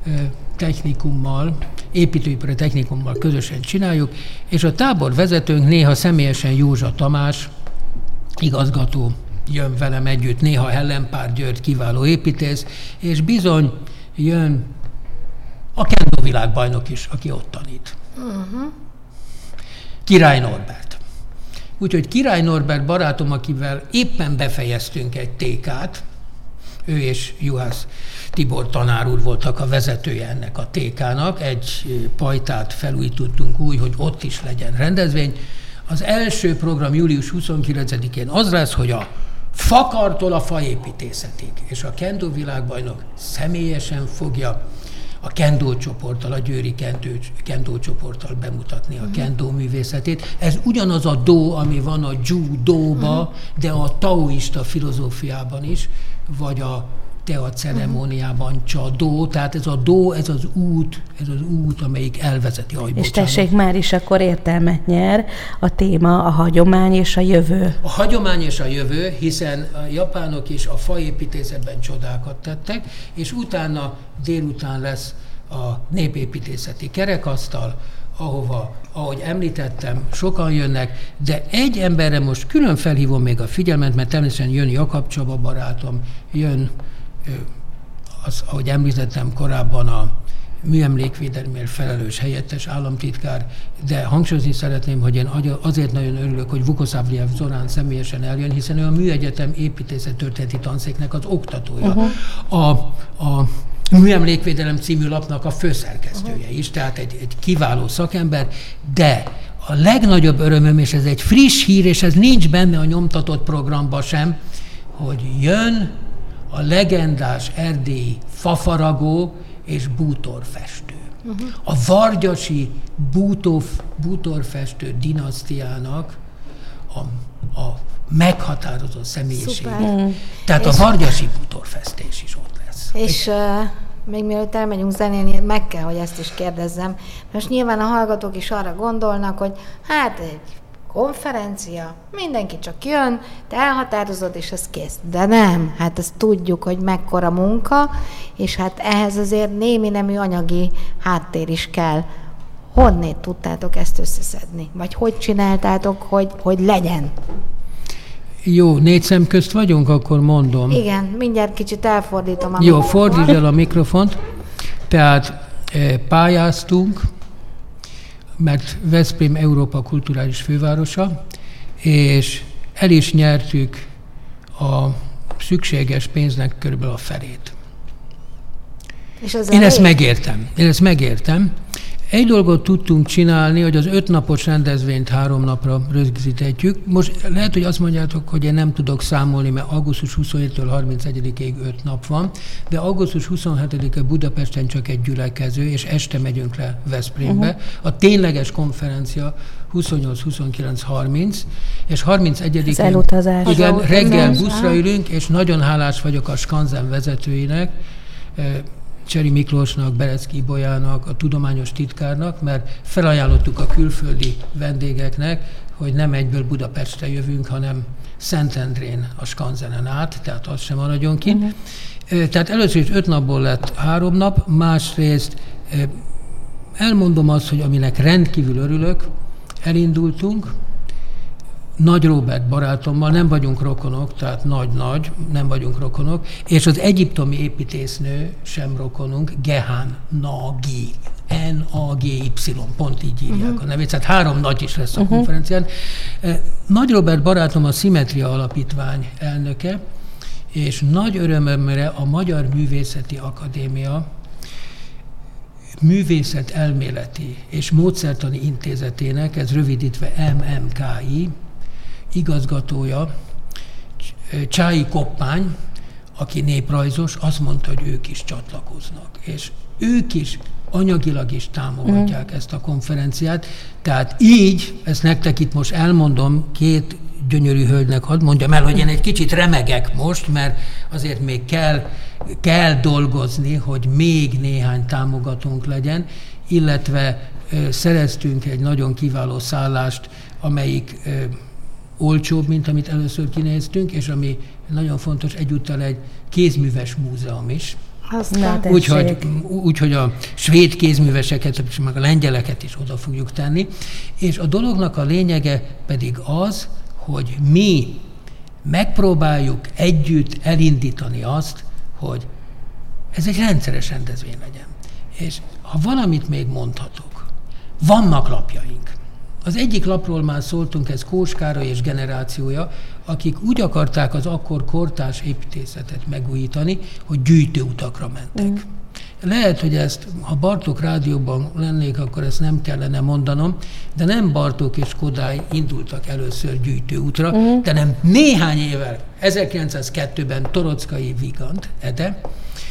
technikummal, építőipari technikummal közösen csináljuk, és a tábor vezetőnk néha személyesen Józsa Tamás, igazgató, jön velem együtt, néha Hellenpár György, kiváló építész, és bizony jön a kendo világbajnok is, aki ott tanít. Uh-huh. Király Norbert. Úgyhogy Király Norbert barátom, akivel éppen befejeztünk egy té kát, ő és Juhász Tibor tanár úr voltak a vezetője ennek a té kának, egy pajtát felújítottunk úgy, hogy ott is legyen rendezvény. Az első program július huszonkilencedikén az lesz, hogy a fakartól a faépítészetig, és a kendo világbajnok személyesen fogja a kendo csoporttal, a győri kendo, kendo csoporttal bemutatni a kendo művészetét. Ez ugyanaz a do, ami van a judóba, uh-huh. de a taoista filozófiában is, vagy a tea ceremóniában csadó, tehát ez a dó, ez az út, ez az út, amelyik elvezeti. Aj, és tessék, már is akkor értelmet nyer a téma, a hagyomány és a jövő. A hagyomány és a jövő, hiszen a japánok is a faépítészetben csodákat tettek, és utána délután lesz a népépítészeti kerekasztal, ahova, ahogy említettem, sokan jönnek, de egy emberre most külön felhívom még a figyelmet, mert természetesen jön Jakab Csaba barátom, jön az, ahogy említettem korábban, a műemlékvédelemért felelős helyettes államtitkár, de hangsúlyozni szeretném, hogy én azért nagyon örülök, hogy Vukoszávljev Zorán személyesen eljön, hiszen ő a Műegyetem építészettörténeti tanszéknek az oktatója. Uh-huh. A, a Műemlékvédelem című lapnak a főszerkesztője is, tehát egy, egy kiváló szakember, de a legnagyobb örömöm, és ez egy friss hír, és ez nincs benne a nyomtatott programban sem, hogy jön a legendás erdélyi fafaragó és bútorfestő. Uh-huh. A vargyasi bútor, bútorfestő dinasztiának a, a meghatározó személyisége. Tehát és a vargyasi bútorfestés is ott lesz. És uh, még mielőtt elmegyünk zenélni, meg kell, hogy ezt is kérdezzem. Most nyilván a hallgatók is arra gondolnak, hogy hát egy konferencia, mindenki csak jön, te elhatározod, és ez kész. De nem, hát ezt tudjuk, hogy mekkora munka, és hát ehhez azért némi nemű anyagi háttér is kell. Honnét tudtátok ezt összeszedni? Vagy hogy csináltátok, hogy, hogy legyen? Jó, négy szem közt vagyunk, akkor mondom. Igen, mindjárt kicsit elfordítom a Jó, mikrofont. fordítsd el a mikrofont. Tehát pályáztunk, mert Veszprém Európa kulturális fővárosa, és el is nyertük a szükséges pénznek körülbelül a felét. És az Én ezt elég? megértem. Én ezt megértem. Egy dolgot tudtunk csinálni, hogy az ötnapos rendezvényt három napra rögzítetjük. Most lehet, hogy azt mondjátok, hogy én nem tudok számolni, mert augusztus huszonhétedikétől harmincegyedikéig öt nap van, de augusztus huszonhetedike Budapesten csak egy gyülekező, és este megyünk le Veszprémbe. Uh-huh. A tényleges konferencia huszonnyolc, huszonkilenc, harminc, és harmincegyedikén az elutazás. Igen, Az reggel elutazás. buszra ülünk, és nagyon hálás vagyok a Skanzen vezetőinek, Cseri Miklósnak, Berecki Ibolyának, a tudományos titkárnak, mert felajánlottuk a külföldi vendégeknek, hogy nem egyből Budapestre jövünk, hanem Szentendrén a Skanzenen át, tehát az sem maradjon ki. Uh-huh. Tehát először is öt napból lett három nap, másrészt elmondom azt, hogy aminek rendkívül örülök, elindultunk, Nagy Róbert barátommal, nem vagyunk rokonok, tehát nagy-nagy, nem vagyunk rokonok, és az egyiptomi építésznő sem rokonunk, Gehán Nagy, N A G Y, pont így írják uh-huh. a nevét, tehát három nagy is lesz a uh-huh. konferencián. Nagy Róbert barátom a Szimmetria Alapítvány elnöke, és nagy örömömre a Magyar Művészeti Akadémia Művészet Elméleti és Módszertani Intézetének, ez rövidítve M M K I, igazgatója, Csályi Koppány, aki néprajzos, azt mondta, hogy ők is csatlakoznak. És ők is anyagilag is támogatják mm. ezt a konferenciát. Tehát így, ezt nektek itt most elmondom, két gyönyörű hölgynek hadd mondjam el, hogy én egy kicsit remegek most, mert azért még kell, kell dolgozni, hogy még néhány támogatónk legyen, illetve ö, szereztünk egy nagyon kiváló szállást, amelyik ö, olcsóbb, mint amit először kinéztünk, és ami nagyon fontos, egyúttal egy kézműves múzeum is. Úgyhogy úgy, a svéd kézműveseket, és meg a lengyeleket is oda fogjuk tenni. És a dolognak a lényege pedig az, hogy mi megpróbáljuk együtt elindítani azt, hogy ez egy rendszeres rendezvény legyen. És ha valamit még mondhatok, vannak lapjaink. Az egyik lapról már szóltunk, ez Kós Károly és generációja, akik úgy akarták az akkor kortárs építészetet megújítani, hogy gyűjtőutakra mentek. Mm. Lehet, hogy ezt, ha Bartók rádióban lennék, akkor ezt nem kellene mondanom, de nem Bartók és Kodály indultak először gyűjtőútra, mm. de nem néhány évvel, ezerkilencszázkettőben Torockai Vigand Ede,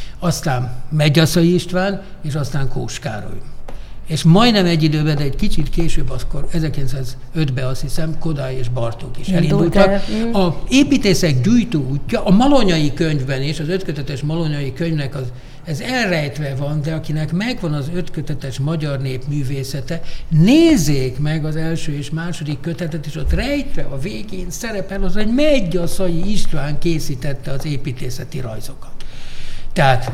aztán Megyaszai István, és aztán Kós Károly. És majdnem egy időben, de egy kicsit később, akkor ezerkilencszázötben azt hiszem, Kodály és Bartók is elindultak. A építészek gyűjtőútja, a Malonyai könyvben is, az ötkötetes Malonyai könyvnek az, ez elrejtve van, de akinek megvan az ötkötetes magyar nép művészete, nézzék meg az első és második kötetet, és ott rejtve a végén szerepel az, hogy Megyaszai István készítette az építészeti rajzokat. Tehát,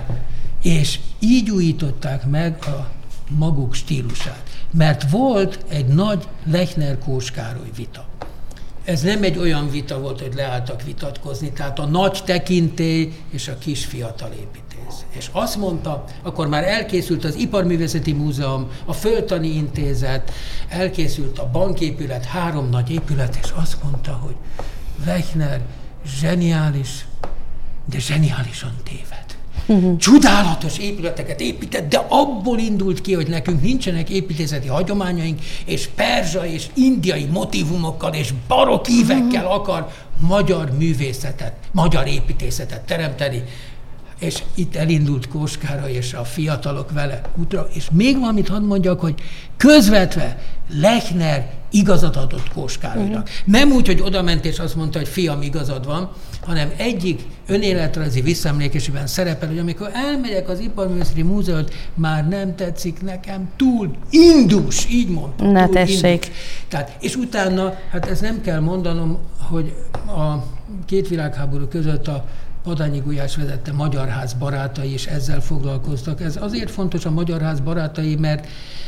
és így újították meg a maguk stílusát. Mert volt egy nagy Lechner-Kós Károly vita. Ez nem egy olyan vita volt, hogy leálltak vitatkozni, tehát a nagy tekintély és a kis fiatal építész. És azt mondta, akkor már elkészült az Iparművészeti Múzeum, a Földtani Intézet, elkészült a banképület, három nagy épület, és azt mondta, hogy Lechner zseniális, de zseniálisan téved. Uh-huh. Csodálatos épületeket épített, de abból indult ki, hogy nekünk nincsenek építészeti hagyományaink, és perzsa és indiai motívumokkal és barokk ívekkel akar magyar művészetet, magyar építészetet teremteni. és itt elindult Kóskára, és a fiatalok vele útra, és még valamit hadd mondjak, hogy közvetve Lechner igazat adott Kóskárolynak. Uh-huh. Nem úgy, hogy odament és azt mondta, hogy fiam, igazad van, hanem egyik önéletrajzi visszaemlékésében szerepel, hogy amikor elmegyek az Iparművészeti Múzeumot, már nem tetszik nekem, túl indus, így mondtam. Na tessék. Tehát, és utána, hát ezt nem kell mondanom, hogy a két világháború között a Badányi Gulyás vezette Magyar Ház barátai is ezzel foglalkoztak. Ez azért fontos a Magyar Ház barátai, mert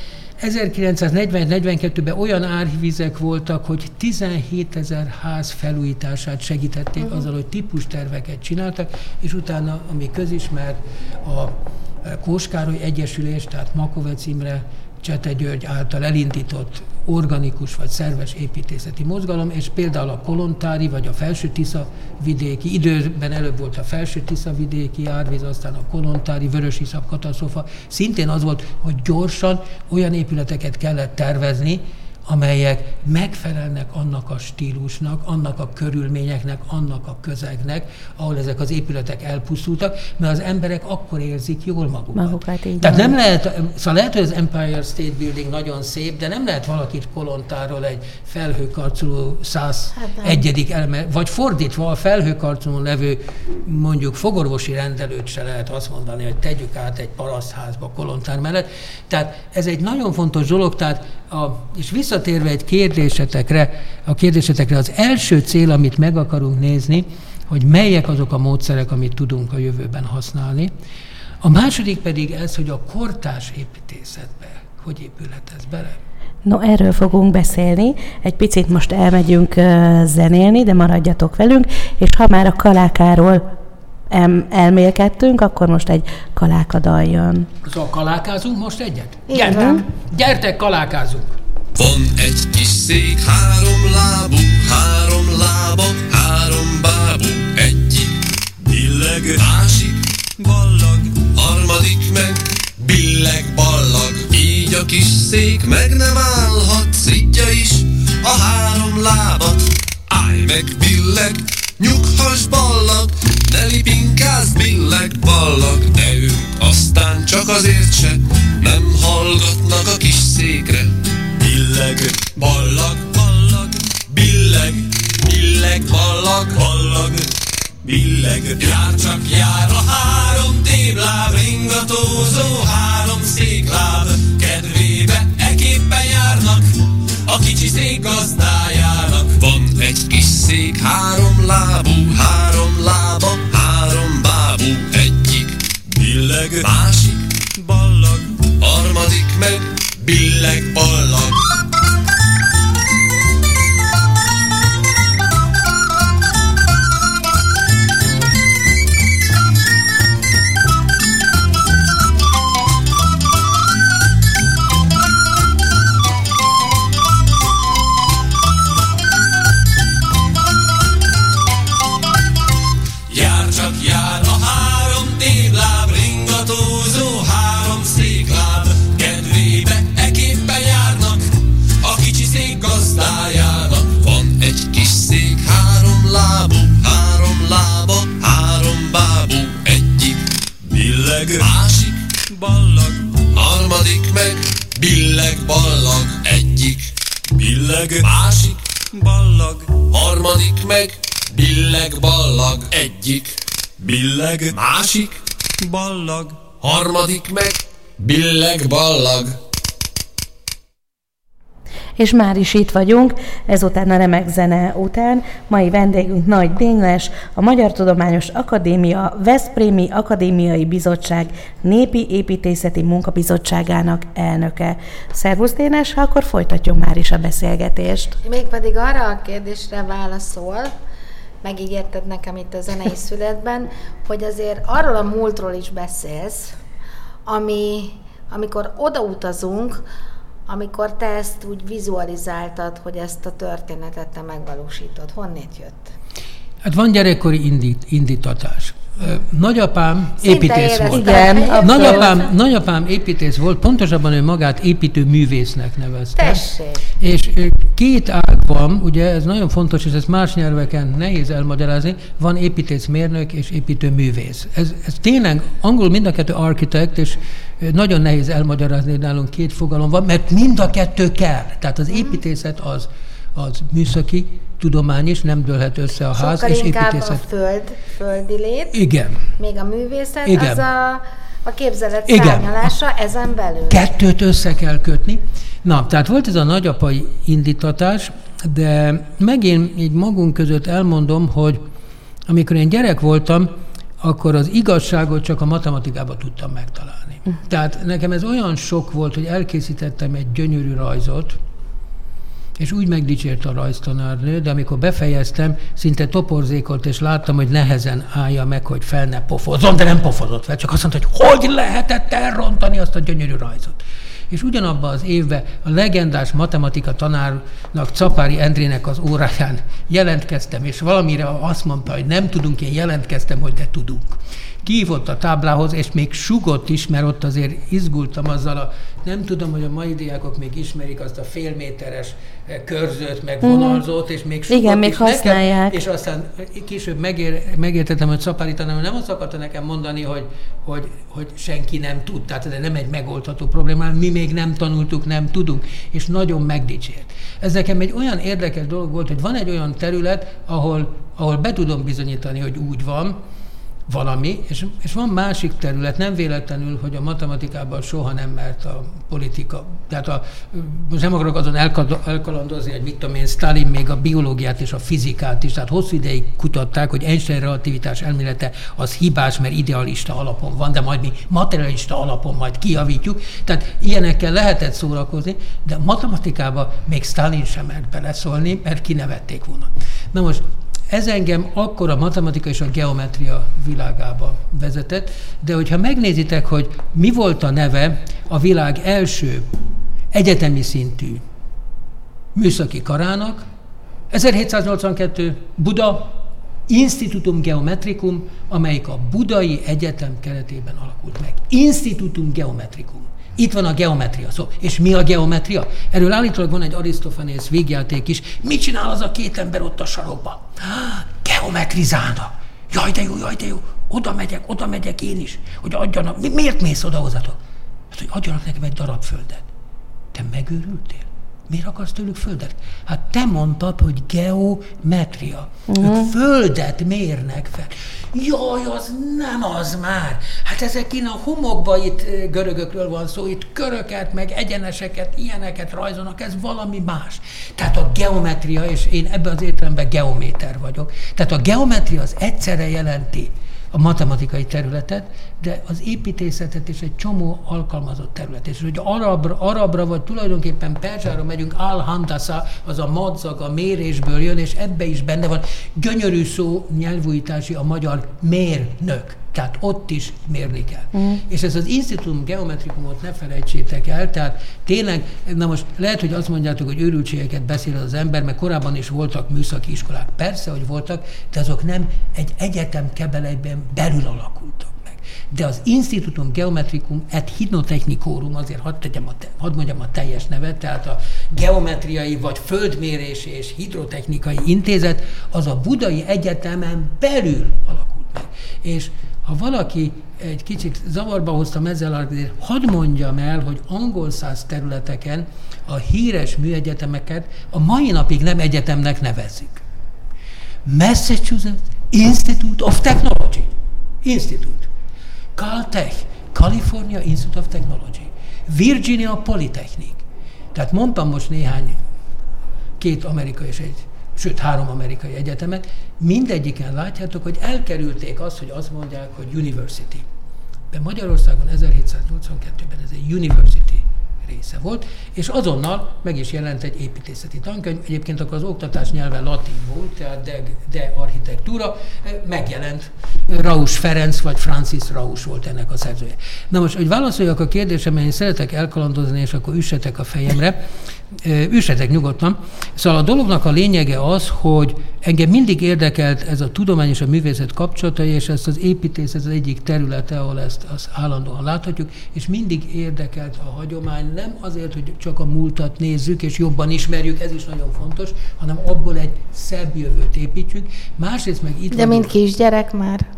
ezerkilencszáznegyven-negyvenkettőben olyan árvizek voltak, hogy tizenhétezer ház felújítását segítették uh-huh. azzal, hogy típusterveket csináltak, és utána, ami közismert, a Kós-Károly Egyesülés, tehát Makovec Imre, Csete György által elindított organikus vagy szerves építészeti mozgalom, és például a kolontári vagy a Felső-Tisza vidéki, időben előbb volt a Felső-Tisza vidéki árvíz, aztán a kolontári vörösiszap katasztrófa, szintén az volt, hogy gyorsan olyan épületeket kellett tervezni, amelyek megfelelnek annak a stílusnak, annak a körülményeknek, annak a közegnek, ahol ezek az épületek elpusztultak, mert az emberek akkor érzik jól magukat. Magukat így Tehát van. nem lehet, szóval lehet, hogy az Empire State Building nagyon szép, de nem lehet valakit Kolontáról egy felhőkarcoló száz egyedik elme, vagy fordítva a felhőkarcolón levő mondjuk fogorvosi rendelőt se lehet azt mondani, hogy tegyük át egy parasztházba Kolontár mellett. Tehát ez egy nagyon fontos dolog, tehát a, és visszatérve egy kérdésetekre, a kérdésetekre az első cél, amit meg akarunk nézni, hogy melyek azok a módszerek, amit tudunk a jövőben használni. A második pedig ez, hogy a kortárs építészetbe hogy épülhet ez bele. No, erről fogunk beszélni. Egy picit most elmegyünk uh, zenélni, de maradjatok velünk, és ha már a kalákáról em, elmélkedtünk, akkor most egy kalákadal jön. Szóval kalákázunk most egyet? Gyertek, Gyertek, kalákázunk! Van egy kis szék, három lábú, három lába, három bábú, egyik billeg, másik ballag, harmadik meg billeg ballag. Így a kis szék meg nem állhat, szidja is a három lábat. Állj meg billeg, nyughass ballag, ne lipinkázz billeg ballag. De ők aztán csak azért se nem hallgatnak a kis székre. Billeg, ballag, ballag, billeg, billeg, ballag, ballag, billeg. Jár csak jár a három tébláb, ringatózó három székláb. Kedvébe eképpen járnak a kicsi szék gazdájának. Van egy kis szék, három lábú, három lába, három bábú, egyik billeg, másik ballag, harmadik meg billeg ballag. Jár csak jár a három tébláb, ringatózó három székláb. Kedvébe eképpen járnak a kicsi szék gazdájának. Van egy kis szék, három lábú, három lába, három bábú, egyik billeg, másik ballag, harmadik meg billeg ballag, egyik billeg, másik ballag, harmadik meg billeg ballag, egyik billeg, másik ballag, harmadik meg billeg ballag. És már is itt vagyunk, ezután a remek zene után. Mai vendégünk Nagy Dénes, a Magyar Tudományos Akadémia Veszprémi Akadémiai Bizottság Népi Építészeti Munkabizottságának elnöke. Szervusz Dénes, akkor folytatjuk már is a beszélgetést. Mégpedig arra a kérdésre válaszol, megígérted nekem itt a zenei születben, hogy azért arról a múltról is beszélsz, ami, amikor odautazunk, amikor te ezt úgy vizualizáltad, hogy ezt a történetet te megvalósítod. Honnét jött? Hát van gyerekkori indít, indítatás. Nagyapám építész volt. Igen, nagyapám, nagyapám építész volt, pontosabban ő magát építőművésznek nevezte. Tessék. És két ág van, ugye ez nagyon fontos, és ezt más nyelveken nehéz elmagyarázni, van építészmérnök és építőművész. Ez, ez tényleg angol mind a kettő architect, és nagyon nehéz elmagyarázni, hogy nálunk két fogalom van, mert mind a kettő kell. Tehát az építészet az, az műszaki tudomány is, nem dőlhet össze a Sokkal ház és inkább építészet. a föld, földi lét, Igen. még a művészet, Igen. az a, a képzelet Igen. szárnyalása ezen belül. Kettőt össze kell kötni. Na, tehát volt ez a nagyapai indítatás, de megint így magunk között elmondom, hogy amikor én gyerek voltam, akkor az igazságot csak a matematikában tudtam megtalálni. Uh. Tehát nekem ez olyan sok volt, hogy elkészítettem egy gyönyörű rajzot, és úgy megdicsért a rajztanárnő, de amikor befejeztem, szinte toporzékolt, és láttam, hogy nehezen állja meg, hogy fel ne pofozzon, de nem pofozott fel, csak azt mondta, hogy hogy lehetett elrontani azt a gyönyörű rajzot. És ugyanabban az évben a legendás matematika tanárnak, Czapáry Endrének az óráján jelentkeztem, és valamire azt mondta, hogy nem tudunk, én jelentkeztem, hogy de tudunk. Kihívott a táblához, és még sugott is, mert ott azért izgultam azzal a, nem tudom, hogy a mai diákok még ismerik azt a félméteres körzőt, meg vonalzót, és még sugott igen, még is használják. nekem, és aztán később megér, megértettem, hogy Czapáry tanár nem azt akarta nekem mondani, hogy, hogy, hogy senki nem tud, tehát ez nem egy megoldható probléma, mi még nem tanultuk, nem tudunk, és nagyon megdicsért. Ez nekem egy olyan érdekes dolog volt, hogy van egy olyan terület, ahol, ahol be tudom bizonyítani, hogy úgy van, valami, és, és van másik terület, nem véletlenül, hogy a matematikában soha nem mert a politika. Tehát a, most nem akarok azon elkalandozni, hogy mit tudom én, Stalin még a biológiát és a fizikát is, tehát hosszú ideig kutatták, hogy Einstein relativitás elmélete az hibás, mert idealista alapon van, de majd mi materialista alapon majd kijavítjuk. Tehát ilyenekkel lehetett szórakozni, de matematikában még Stalin sem mert beleszólni, mert kinevették volna. Na most, ez engem akkor a matematika és a geometria világába vezetett, de hogyha megnézitek, hogy mi volt a neve a világ első egyetemi szintű műszaki karának, ezerhétszáznyolcvankettő Buda Institutum Geometricum, amelyik a Budai Egyetem keretében alakult meg. Institutum Geometricum. Itt van a geometria szó. És mi a geometria? Erről állítólag van egy Arisztofanész végjáték is. Mit csinál az a két ember ott a sarokban? Geometrizálnak. Jaj, de jó, jaj, de jó. Oda megyek, oda megyek én is, hogy adjanak. Mi, miért mész oda hozzatok? Hát, hogy adjanak nekem egy darab földet. Te megőrültél? Miért akarsz tőlük földet? Hát te mondtad, hogy geometria. Uh-huh. Ők földet mérnek fel. Jaj, az nem az már. Hát ezek innen a homokban itt görögökről van szó, itt köröket, meg egyeneseket, ilyeneket rajzolnak, ez valami más. Tehát a geometria, és én ebben az értelemben geométer vagyok, tehát a geometria az egyszerre jelenti a matematikai területet, de az építészetet is egy csomó alkalmazott terület. És hogy arabra, arabra vagy tulajdonképpen perzsára megyünk, al-handasa, az a madzag, a mérésből jön, és ebbe is benne van gyönyörű szó, nyelvújítási, a magyar mérnök. Tehát ott is mérni kell. Mm. És ez az Institutum Geometricumot ne felejtsétek el, tehát tényleg, na most lehet, hogy azt mondjátok, hogy őrültségeket beszél az ember, mert korábban is voltak műszaki iskolák. Persze, hogy voltak, de azok nem egy egyetem kebelejben belül alakultak meg. De az Institutum Geometricum et Hydrotechnicorum, azért hadd, tegyem a te, hadd mondjam a teljes nevet, tehát a geometriai vagy földmérési és hidrotechnikai intézet, az a Budai Egyetemen belül alakult meg. És ha valaki egy kicsit zavarba hoztam ezzel, hadd mondjam el, hogy angol száz területeken a híres műegyetemeket a mai napig nem egyetemnek nevezik. Massachusetts Institute of Technology. Institute. Caltech. California Institute of Technology. Virginia Polytechnic. Tehát mondtam most néhány, két amerikai és egy sőt, három amerikai egyetemet, mindegyiken látjátok, hogy elkerülték azt, hogy azt mondják, hogy university. De Magyarországon ezerhétszáznyolcvankettőben ez egy university része volt, és azonnal meg is jelent egy építészeti tankönyv, egyébként akkor az oktatás nyelve latin volt, tehát de, de architektúra, megjelent. Rausch Ferenc vagy Francis Rausch volt ennek a szerzője. Na most, hogy válaszoljak a kérdésemre, én szeretek elkalandozni, és akkor üssetek a fejemre, üssetek nyugodtan. Szóval a dolognak a lényege az, hogy engem mindig érdekelt ez a tudomány és a művészet kapcsolatai, és ezt az építészet az egyik területe, ahol ezt azt állandóan láthatjuk, és mindig érdekelt a hagyomány, nem azért, hogy csak a múltat nézzük, és jobban ismerjük, ez is nagyon fontos, hanem abból egy szebb jövőt építsük. Másrészt meg itt De vagyunk. Mint kisgyerek már?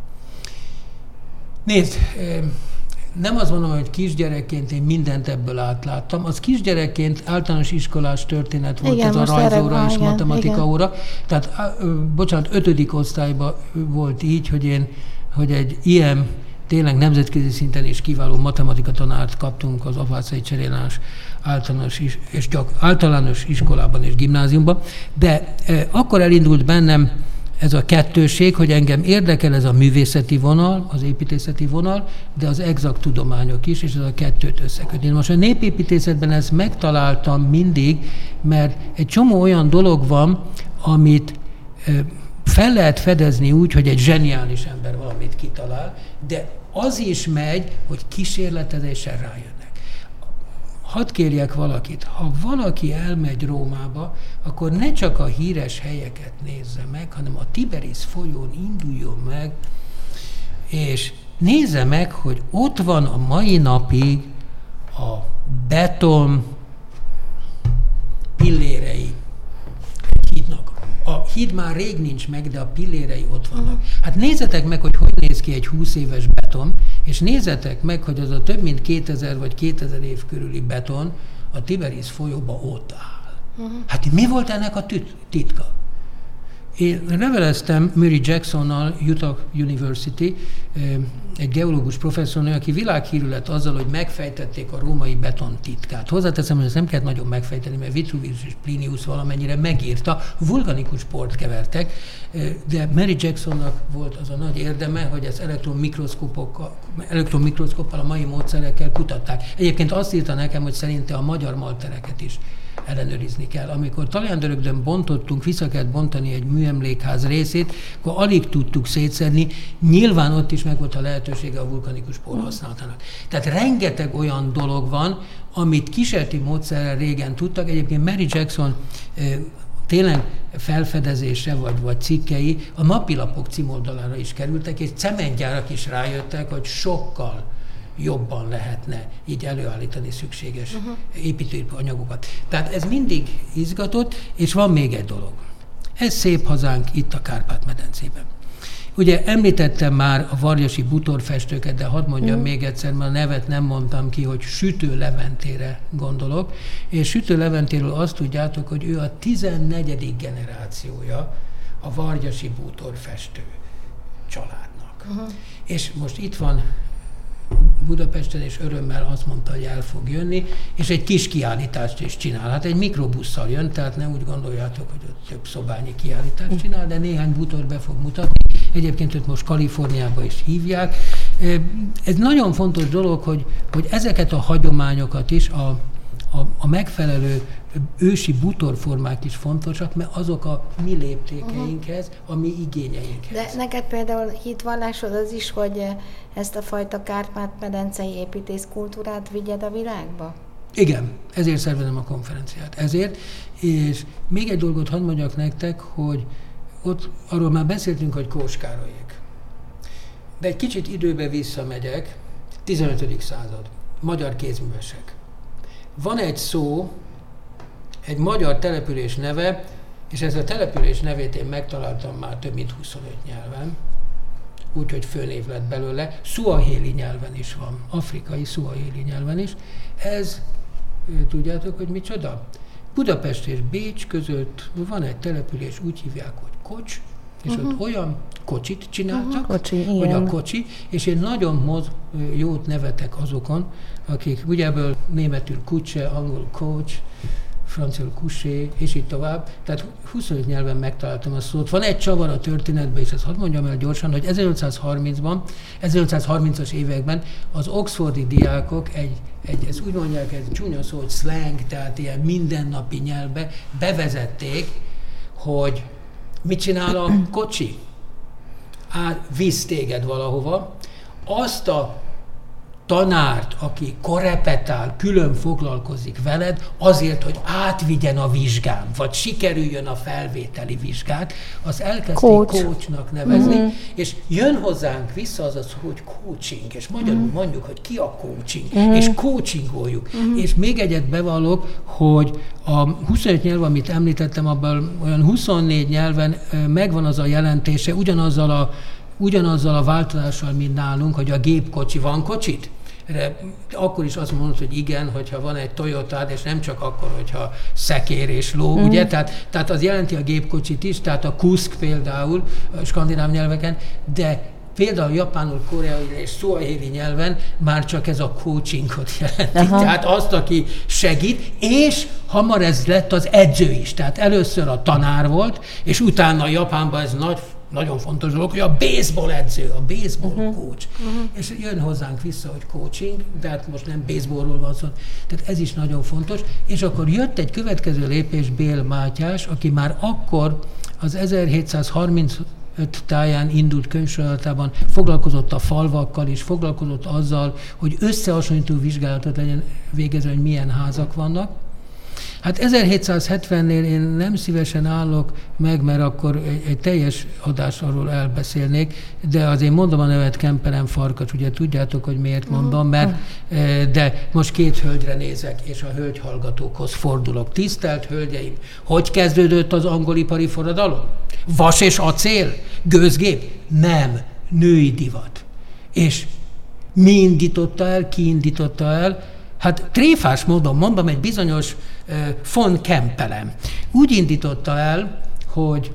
Nézd, nem azt mondom, hogy kisgyerekként én mindent ebből átláttam. Az kisgyerekként általános iskolás történet volt, igen, ez a rajzóra és matematika óra. Tehát, bocsánat, ötödik osztályban volt így, hogy én, hogy egy ilyen tényleg nemzetközi szinten is kiváló matematika tanárt kaptunk az Apáczai Cserélás általános, is, és csak általános iskolában és gimnáziumban. De eh, akkor elindult bennem ez a kettőség, hogy engem érdekel ez a művészeti vonal, az építészeti vonal, de az exakt tudományok is, és ez a kettőt összekötni. Most a népépítészetben ezt megtaláltam mindig, mert egy csomó olyan dolog van, amit fel lehet fedezni úgy, hogy egy zseniális ember valamit kitalál, de az is megy, hogy kísérletezéssel rájönnek. Hadd kérjek valakit, ha valaki elmegy Rómába, akkor ne csak a híres helyeket nézze meg, hanem a Tiberis folyón induljon meg, és nézze meg, hogy ott van a mai napig a beton pillérei egy hídnak. A híd már rég nincs meg, de a pillérei ott vannak. Hát nézzetek meg, hogy hogy néz ki egy húsz éves beton, és nézzetek meg, hogy az a több mint kétezer vagy kétezer év körüli beton a Tiberis folyóban ott áll. Hát mi volt ennek a titka? Én leveleztem Murray Jacksonnal, Utah University, egy geológus professzornő, aki világhírű lett azzal, hogy megfejtették a római beton titkát. Hozzáteszem, hogy ezt nem kellett nagyon megfejteni, mert Vitruvius és Plinius valamennyire megírta, vulkanikus port kevertek, de Murray Jacksonnak volt az a nagy érdeme, hogy ezt elektronmikroszkópokkal, elektronmikroszkóppal, a mai módszerekkel kutatták. Egyébként azt írta nekem, hogy szerinte a magyar maltereket is ellenőrizni kell. Amikor Talján-Dörögdön bontottunk, vissza kellett bontani egy műemlékház részét, akkor alig tudtuk szétszedni, nyilván ott is meg volt a lehetősége a vulkanikus por használatának. Tehát rengeteg olyan dolog van, amit kísérleti módszerrel régen tudtak. Egyébként Mary Jackson eh, tényleg felfedezése vagy, vagy cikkei a napilapok címoldalára is kerültek, és cementgyárak is rájöttek, hogy sokkal jobban lehetne így előállítani szükséges uh-huh. építőanyagokat. Tehát ez mindig izgatott, és van még egy dolog. Ez szép hazánk itt a Kárpát-medencében. Ugye említettem már a varjasi bútorfestőket, de hadd mondjam uh-huh. még egyszer, mert a nevet nem mondtam ki, hogy Sütő Leventére gondolok, és Sütő Leventéről azt tudjátok, hogy ő a tizennegyedik generációja a varjasi bútorfestő családnak. Uh-huh. És most itt van Budapesten, és örömmel azt mondta, hogy el fog jönni, és egy kis kiállítást is csinál. Hát egy mikrobusszal jön, tehát ne úgy gondoljátok, hogy ott több szobányi kiállítást csinál, de néhány bútor be fog mutatni. Egyébként őt most Kaliforniába is hívják. Ez nagyon fontos dolog, hogy, hogy ezeket a hagyományokat is, a, a, a megfelelő ősi bútorformák is fontosak, mert azok a mi léptékeinkhez, a mi igényeinkhez. De neked például hitvallásod az is, hogy ezt a fajta Kárpát-medencei építészkultúrát vigyed a világba? Igen, ezért szervezem a konferenciát. Ezért, és még egy dolgot hadd mondjak nektek, hogy ott arról már beszéltünk, hogy Kós Károlyék. De egy kicsit időbe visszamegyek, tizenötödik század, magyar kézművesek. Van egy szó, egy magyar település neve, és ez a település nevét én megtaláltam már több mint huszonöt nyelven, úgyhogy főnév lett belőle, szuahéli nyelven is van, afrikai szuahéli nyelven is. Ez, tudjátok, hogy micsoda? Budapest és Bécs között van egy település, úgy hívják, hogy Kocs, és uh-huh. ott olyan kocsit csináltak, uh-huh. Kocsi, hogy a kocsi, és én nagyon moz, jót nevetek azokon, akik ugye ebből németül Kutsche, angol coach, franciául couché, és így tovább. Tehát huszonöt nyelven megtaláltam a szót. Van egy csavar a történetben, és ezt hadd mondjam el gyorsan, hogy ezernyolcszázharmincban, ezernyolcszázharmincas években az oxfordi diákok egy, egy ez úgy mondják, ez csúnya szó, hogy slang, tehát ilyen mindennapi nyelvbe bevezették, hogy mit csinál a kocsi? Át, visz téged valahova, azt a tanárt, aki korepetál, külön foglalkozik veled, azért, hogy átvigyen a vizsgán, vagy sikerüljön a felvételi vizsgát, az elkezdik Coach. coachnak nevezni, Mm-hmm. és jön hozzánk vissza az az, hogy coaching, és magyarul mm-hmm. mondjuk, hogy ki a coaching, Mm-hmm. és coachingoljuk. Mm-hmm. És még egyet bevallok, hogy a huszonöt nyelv, amit említettem, abban olyan huszonnégy nyelven megvan az a jelentése, ugyanazzal a ugyanazzal a változással, mint nálunk, hogy a gépkocsi van kocsit? Erre akkor is azt mondod, hogy igen, hogyha van egy Toyotád, és nem csak akkor, hogyha szekér és ló, mm. ugye? Tehát, tehát az jelenti a gépkocsit is, tehát a kuszk például a skandináv nyelveken, de például japánul, koreai és szuahili nyelven már csak ez a coachingot jelenti. Aha. Tehát azt, aki segít, és hamar ez lett az edző is. Tehát először a tanár volt, és utána Japánban ez nagy nagyon fontos dolog, hogy a baseball edző, a baseball uh-huh. coach. Uh-huh. És jön hozzánk vissza, hogy coaching, de hát most nem baseballról van szó. Tehát ez is nagyon fontos. És akkor jött egy következő lépés, Bél Mátyás, aki már akkor az ezerhétszázharmincöt táján indult könyvsorozatában foglalkozott a falvakkal, és foglalkozott azzal, hogy összehasonlító vizsgálatot legyen végezve, hogy milyen házak vannak. Hát ezerhétszázhetvennél én nem szívesen állok meg, mert akkor egy, egy teljes adás arról elbeszélnék, de azért mondom a nevet, Kempelen Farkas, ugye tudjátok, hogy miért mondom, mert de most két hölgyre nézek, és a hölgyhallgatókhoz fordulok. Tisztelt hölgyeim, hogy kezdődött az angolipari forradalom? Vas és acél? Gőzgép? Nem, női divat. És mi indította el, ki indította el? Hát tréfás módon mondom, egy bizonyos uh, von Kempelen úgy indította el, hogy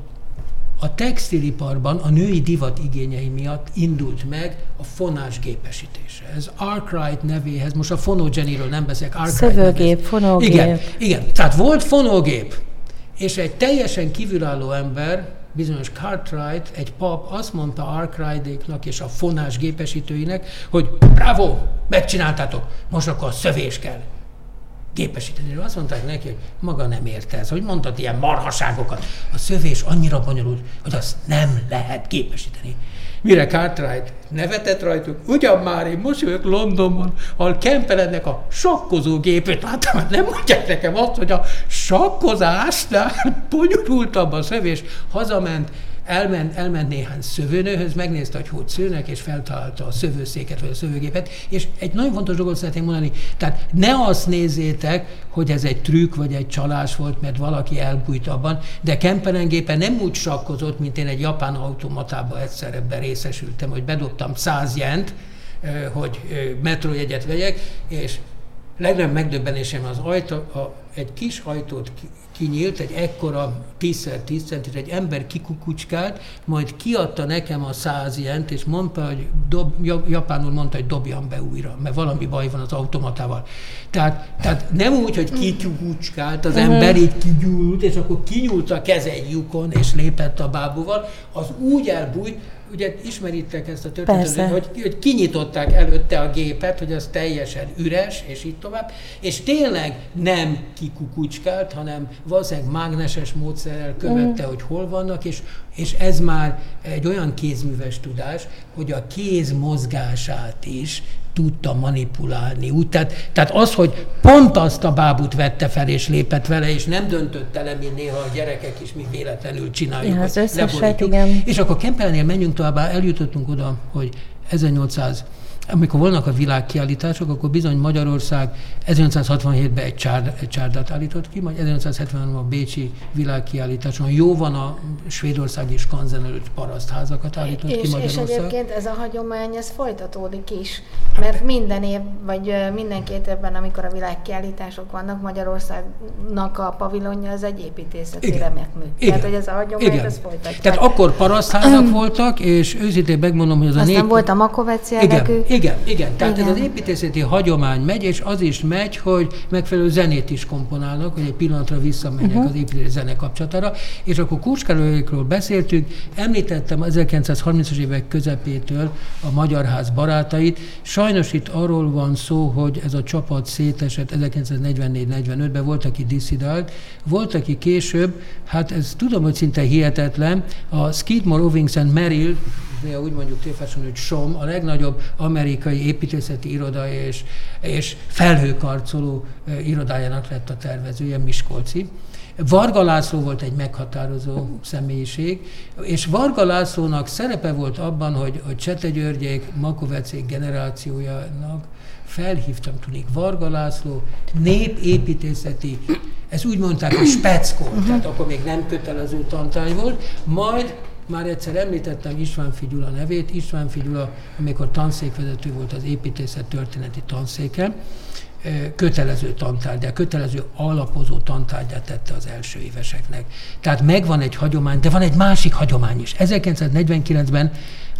a textiliparban a női divat igényei miatt indult meg a fonás gépesítése. Ez Arkwright nevéhez, most a fonogeniről nem beszélek. Szövőgép, fonógép. Igen, igen, tehát volt fonógép, és egy teljesen kívülálló ember, bizonyos Cartwright, egy pap azt mondta Arkwrightéknak és a fonás gépesítőinek, hogy bravo, megcsináltátok, most akkor a szövés kell gépesíteni. Azt mondták neki, hogy maga nem érte ez, hogy mondtad ilyen marhaságokat. A szövés annyira bonyolult, hogy azt nem lehet gépesíteni. Mire Cartwright nevetett rajtuk, ugyan már én most vagyok Londonban, ahol Kempelennek a sakkozó gépét láttam, nem mondják nekem azt, hogy a sakkozásnál bonyolultabb a szövés, hazament, elment, elment néhány szövőnőhöz, megnézte, hogy hogy szőnek, és feltalálta a szövőszéket, vagy a szövőgépet, és egy nagyon fontos dolgot szeretném mondani, tehát ne azt nézzétek, hogy ez egy trükk, vagy egy csalás volt, mert valaki elbújt abban, de Kempelen gépen nem úgy sakkozott, mint én egy japán automatába egyszer ebben részesültem, hogy bedobtam száz jent, hogy metrójegyet vegyek, és legnagyobb megdöbbenésem az ajtó, a, egy kis ajtót kinyílt, egy ekkora tíz tíz centis, egy ember kikukucskált, majd kiadta nekem a száz jent, és mondta, hogy dob, japánul mondta, hogy dobjam be újra, mert valami baj van az automatával. Tehát, tehát nem úgy, hogy kikukucskált, az ember így kinyúlt, és akkor kinyúlt a keze egy lyukon, és lépett a bábúval, az úgy elbújt, ugye ismeritek ezt a történetet, hogy, hogy kinyitották előtte a gépet, hogy az teljesen üres, és így tovább, és tényleg nem kikukucskált, hanem valószínűleg mágneses módszerrel követte, mm. hogy hol vannak, és, és ez már egy olyan kézműves tudás, hogy a kéz mozgását is tudta manipulálni. Úgy, tehát, tehát az, hogy pont azt a bábút vette fel és lépett vele, és nem döntötte le, mint néha a gyerekek is, mi véletlenül csináljuk, ja, hogy leborítjuk. És akkor Kempelennél menjünk tovább, eljutottunk oda, hogy ezernyolcszáz, amikor volnak a világkiállítások, akkor bizony Magyarország ezernyolcszázhatvanhétben egy, csárd, egy csárdát állított ki, majd ezernyolcszázhetvenben a bécsi világkiállításon jó van a svédországi Skanzen előtt parasztházakat állított és, ki Magyarország. És egyébként ez a hagyomány, ez folytatódik is, mert minden év, vagy minden két évben, amikor a világkiállítások vannak, Magyarországnak a pavilonja az egy építészeti remekmű. Tehát, hogy ez a hagyomány, igen. Ez folytatja. Tehát akkor parasztházak voltak, és őszintén megmondom, hogy az a nép... Aztán volt a Makovec jellegű. Igen, igen. Tehát igen. ez az építészeti hagyomány megy, és az is megy, hogy megfelelő zenét is komponálnak, hogy egy pillanatra visszamenjek uh-huh. az építészeti zene kapcsolatára. És akkor Kurs Károlyékról beszéltünk, említettem ezerkilencszázharmincas évek közepétől a Magyar Ház barátait. Sajnos itt arról van szó, hogy ez a csapat szétesett ezerkilencszáznegyvennégy negyvenötben, volt, aki disszidált, volt, aki később, hát ez tudom, hogy szinte hihetetlen, a Skidmore, Owings and Merrill, néha úgy mondjuk tévesen, hogy es o em, a legnagyobb amerikai építészeti iroda és, és felhőkarcoló irodájának lett a tervezője, miskolci. Varga László volt egy meghatározó személyiség, és Varga Lászlónak szerepe volt abban, hogy, hogy Csete Györgyék, Makovecék generációjának felhívtam, tudnék, Varga László népépítészeti, ezt úgy mondták, hogy speckol, tehát akkor még nem kötelező tantárgy volt, majd már egyszer említettem Istvánffy Gyula nevét. Istvánffy Gyula, amikor tanszékvezető volt az építészet történeti tanszéken, kötelező tantárgyát, kötelező alapozó tantárgyát tette az első éveseknek. Tehát megvan egy hagyomány, de van egy másik hagyomány is. ezerkilencszáznegyvenkilencben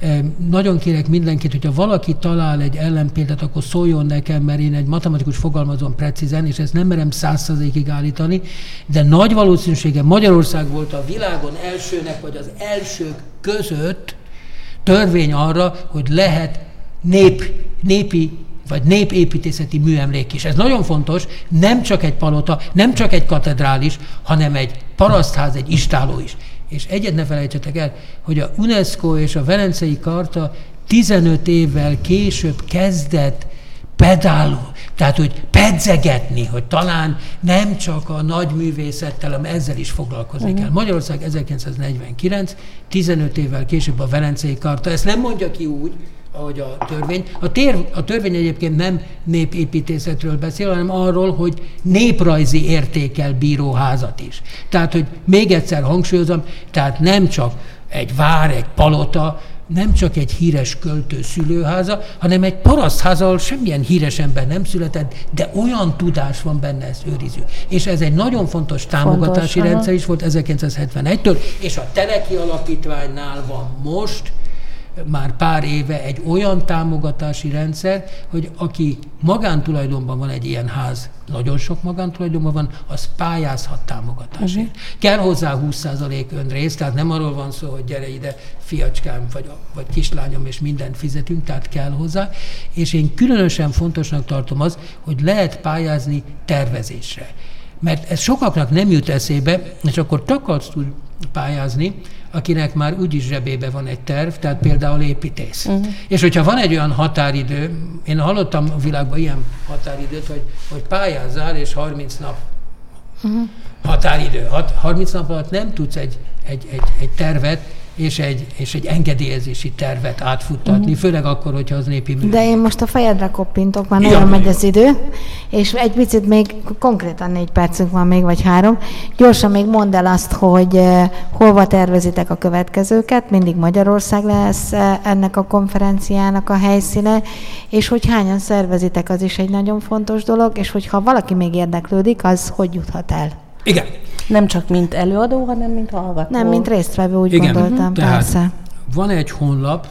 nagyon kérek mindenkit, hogyha valaki talál egy ellenpéldát, akkor szóljon nekem, mert én egy matematikus fogalmazom precízen, és ezt nem merem száz százalékig állítani, de nagy valószínűséggel Magyarország volt a világon elsőnek, vagy az elsők között törvény arra, hogy lehet nép, népi vagy népépítészeti műemlék is. Ez nagyon fontos, nem csak egy palota, nem csak egy katedrális, hanem egy parasztház, egy istálló is. És egyet ne felejtsetek el, hogy a UNESCO és a Velencei Karta tizenöt évvel később kezdett pedáló, tehát hogy pedzegetni, hogy talán nem csak a nagy művészettel, hanem ezzel is foglalkozni kell. Magyarország ezerkilencszáznegyvenkilenc, tizenöt évvel később a Velencei Karta, ezt nem mondja ki úgy, ahogy a törvény. A, tér, a törvény egyébként nem népépítészetről beszél, hanem arról, hogy néprajzi értékkel bíró házat is. Tehát, hogy még egyszer hangsúlyozom, tehát nem csak egy vár, egy palota, nem csak egy híres költő szülőháza, hanem egy parasztháza, ahol semmilyen híres ember nem született, de olyan tudás van benne, ezt őrizzük. És ez egy nagyon fontos támogatási fontos, rendszer is volt ezerkilencszázhetvenegytől, és a Teleki Alapítványnál van most, már pár éve egy olyan támogatási rendszer, hogy aki magántulajdonban van egy ilyen ház, nagyon sok magántulajdonban van, az pályázhat támogatásért. Uh-huh. Kell hozzá húsz százalék önrész, tehát nem arról van szó, hogy gyere ide, fiacskám, vagy, vagy kislányom, és mindent fizetünk, tehát kell hozzá. És én különösen fontosnak tartom az, hogy lehet pályázni tervezésre. Mert ez sokaknak nem jut eszébe, és akkor takarsz tud pályázni, akinek már úgyis zsebébe van egy terv, tehát például építész. Uh-huh. És hogyha van egy olyan határidő, én hallottam a világban ilyen határidőt, hogy, hogy pályázzál, és harminc nap uh-huh. határidő. Hat, harminc nap alatt nem tudsz egy, egy, egy, egy tervet, és egy, és egy engedélyezési tervet átfuttatni, uh-huh. főleg akkor, hogyha az népi művelés. De én most a fejedre koppintok, már nagyon megy az idő, és egy picit még, konkrétan négy percünk van még, vagy három. Gyorsan még mondd el azt, hogy uh, hova tervezitek a következőket, mindig Magyarország lesz uh, ennek a konferenciának a helyszíne, és hogy hányan szervezitek, az is egy nagyon fontos dolog, és hogyha valaki még érdeklődik, az hogy juthat el? Igen. Nem csak mint előadó, hanem mint hallgató. Nem, mint résztvevő, úgy igen. gondoltam, Tehát persze. Van egy honlap,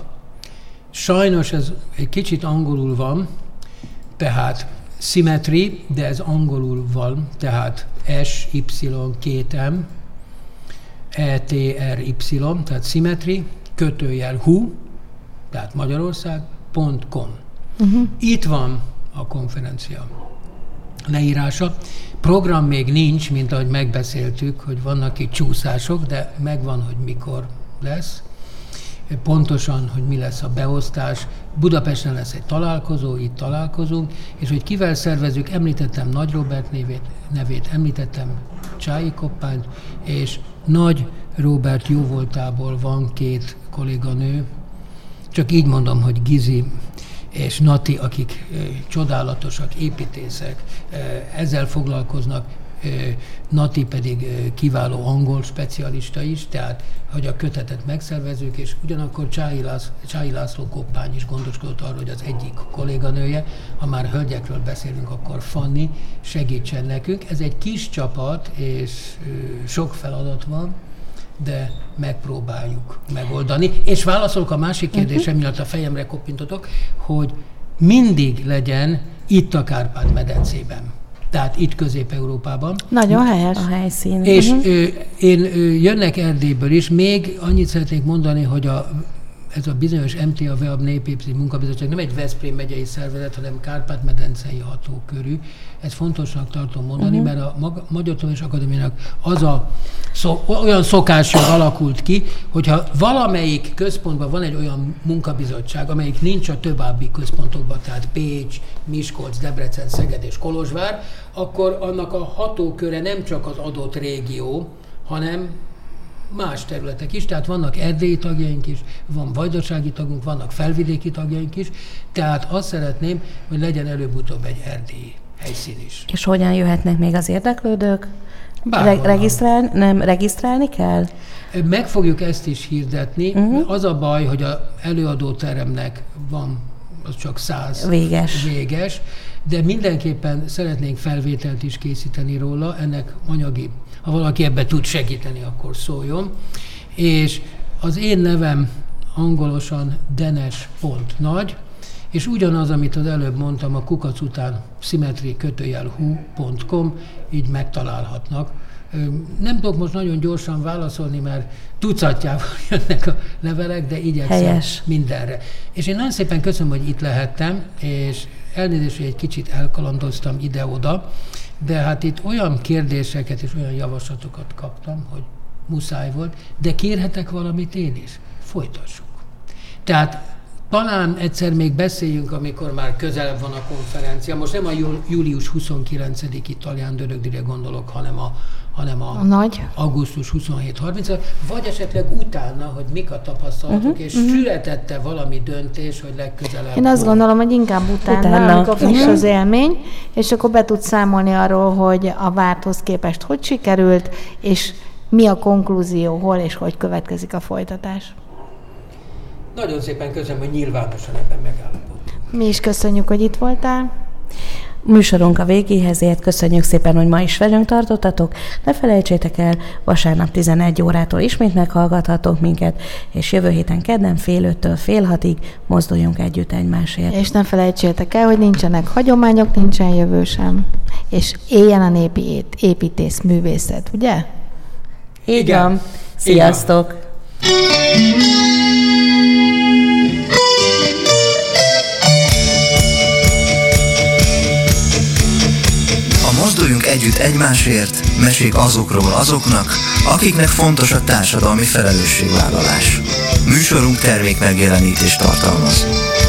sajnos ez egy kicsit angolul van, tehát Symmetry, de ez angolul van, tehát S Y két M E T R Y, tehát Symmetry, kötőjel hu, tehát Magyarország, pont com. Uh-huh. Itt van a konferencia leírása. Program még nincs, mint ahogy megbeszéltük, hogy vannak itt csúszások, de megvan, hogy mikor lesz. Pontosan, hogy mi lesz a beosztás. Budapesten lesz egy találkozó, itt találkozunk, és hogy kivel szervezünk, említettem Nagy Róbert nevét, nevét említettem Csályi Koppányt, és Nagy Róbert jóvoltából van két kolléganő, csak így mondom, hogy Gizi és Nati, akik e, csodálatosak, építészek, e, ezzel foglalkoznak, e, Nati pedig e, kiváló angol specialista is, tehát hogy a kötetet megszervezzük, és ugyanakkor Csályi László, Csályi László Koppány is gondoskodott arról, hogy az egyik kolléganője, ha már hölgyekről beszélünk, akkor Fanni segítsen nekünk. Ez egy kis csapat, és e, sok feladat van, de megpróbáljuk megoldani. És válaszolok a másik kérdésre, uh-huh. miatt a fejemre koppintotok, hogy mindig legyen itt a Kárpát-medencében. Tehát itt Közép-Európában. Nagyon helyes. A helyszín. És uh-huh. ö, én ö, jönnek Erdélyből is, még annyit szeretnék mondani, hogy a, ez a bizonyos em té á vé á bé Népépítési Munkabizottság nem egy Veszprém megyei szervezet, hanem Kárpát-medencei hatókörű. Ezt fontosnak tartom mondani, uh-huh. mert a Magyar Tudományos Akadémiának az a szó, olyan szokásjog alakult ki, hogyha valamelyik központban van egy olyan munkabizottság, amelyik nincs a további központokban, tehát Pécs, Miskolc, Debrecen, Szeged és Kolozsvár, akkor annak a hatóköre nem csak az adott régió, hanem más területek is, tehát vannak erdélyi tagjaink is, van vajdasági tagunk, vannak felvidéki tagjaink is, tehát azt szeretném, hogy legyen előbb-utóbb egy erdélyi helyszín is. És hogyan jöhetnek még az érdeklődők? Re- regisztrálni, nem, regisztrálni kell? Meg fogjuk ezt is hirdetni. Uh-huh. Az a baj, hogy az előadóteremnek van az csak száz véges. véges, de mindenképpen szeretnénk felvételt is készíteni róla, ennek anyagi, ha valaki ebbe tud segíteni, akkor szóljon. És az én nevem angolosan Denes pont nagy, és ugyanaz, amit az előbb mondtam, a kukac után szimetri kötőjel hu pont com, így megtalálhatnak. Nem tudok most nagyon gyorsan válaszolni, mert tucatjával jönnek a levelek, de igyekszem Helyes. mindenre. És én nagyon szépen köszönöm, hogy itt lehettem, és elnézést, hogy egy kicsit elkalandoztam ide-oda, de hát itt olyan kérdéseket és olyan javaslatokat kaptam, hogy muszáj volt, de kérhetek valamit én is? Folytassuk. Tehát talán egyszer még beszéljünk, amikor már közelebb van a konferencia. Most nem a július huszonkilencediki Talán Dörögdire gondolok, hanem a, hanem a, a nagy. augusztus huszonhét harminc, vagy esetleg utána, hogy mik a tapasztalatok, uh-huh, és uh-huh. születette valami döntés, hogy legközelebb... Én azt gondolom, hogy inkább utána, utána. amikor friss az élmény, és akkor be tudsz számolni arról, hogy a várthoz képest hogy sikerült, és mi a konklúzió, hol és hogy következik a folytatás. Nagyon szépen köszönöm, hogy nyilvánosan ebben megállapodtunk. Mi is köszönjük, hogy itt voltál. Műsorunk a végéhez ért, köszönjük szépen, hogy ma is velünk tartottatok. Ne felejtsétek el, vasárnap tizenegy órától ismét meghallgathatok minket, és jövő héten kedden fél öttől fél hatig mozduljunk együtt egymásért. És ne felejtsétek el, hogy nincsenek hagyományok, nincsen jövő sem. És éljen a népi építész művészet, ugye? Így Igen. van. Sziasztok! Igen. Mozduljunk együtt egymásért, mesék azokról azoknak, akiknek fontos a társadalmi felelősségvállalás. Műsorunk termék megjelenítést tartalmaz.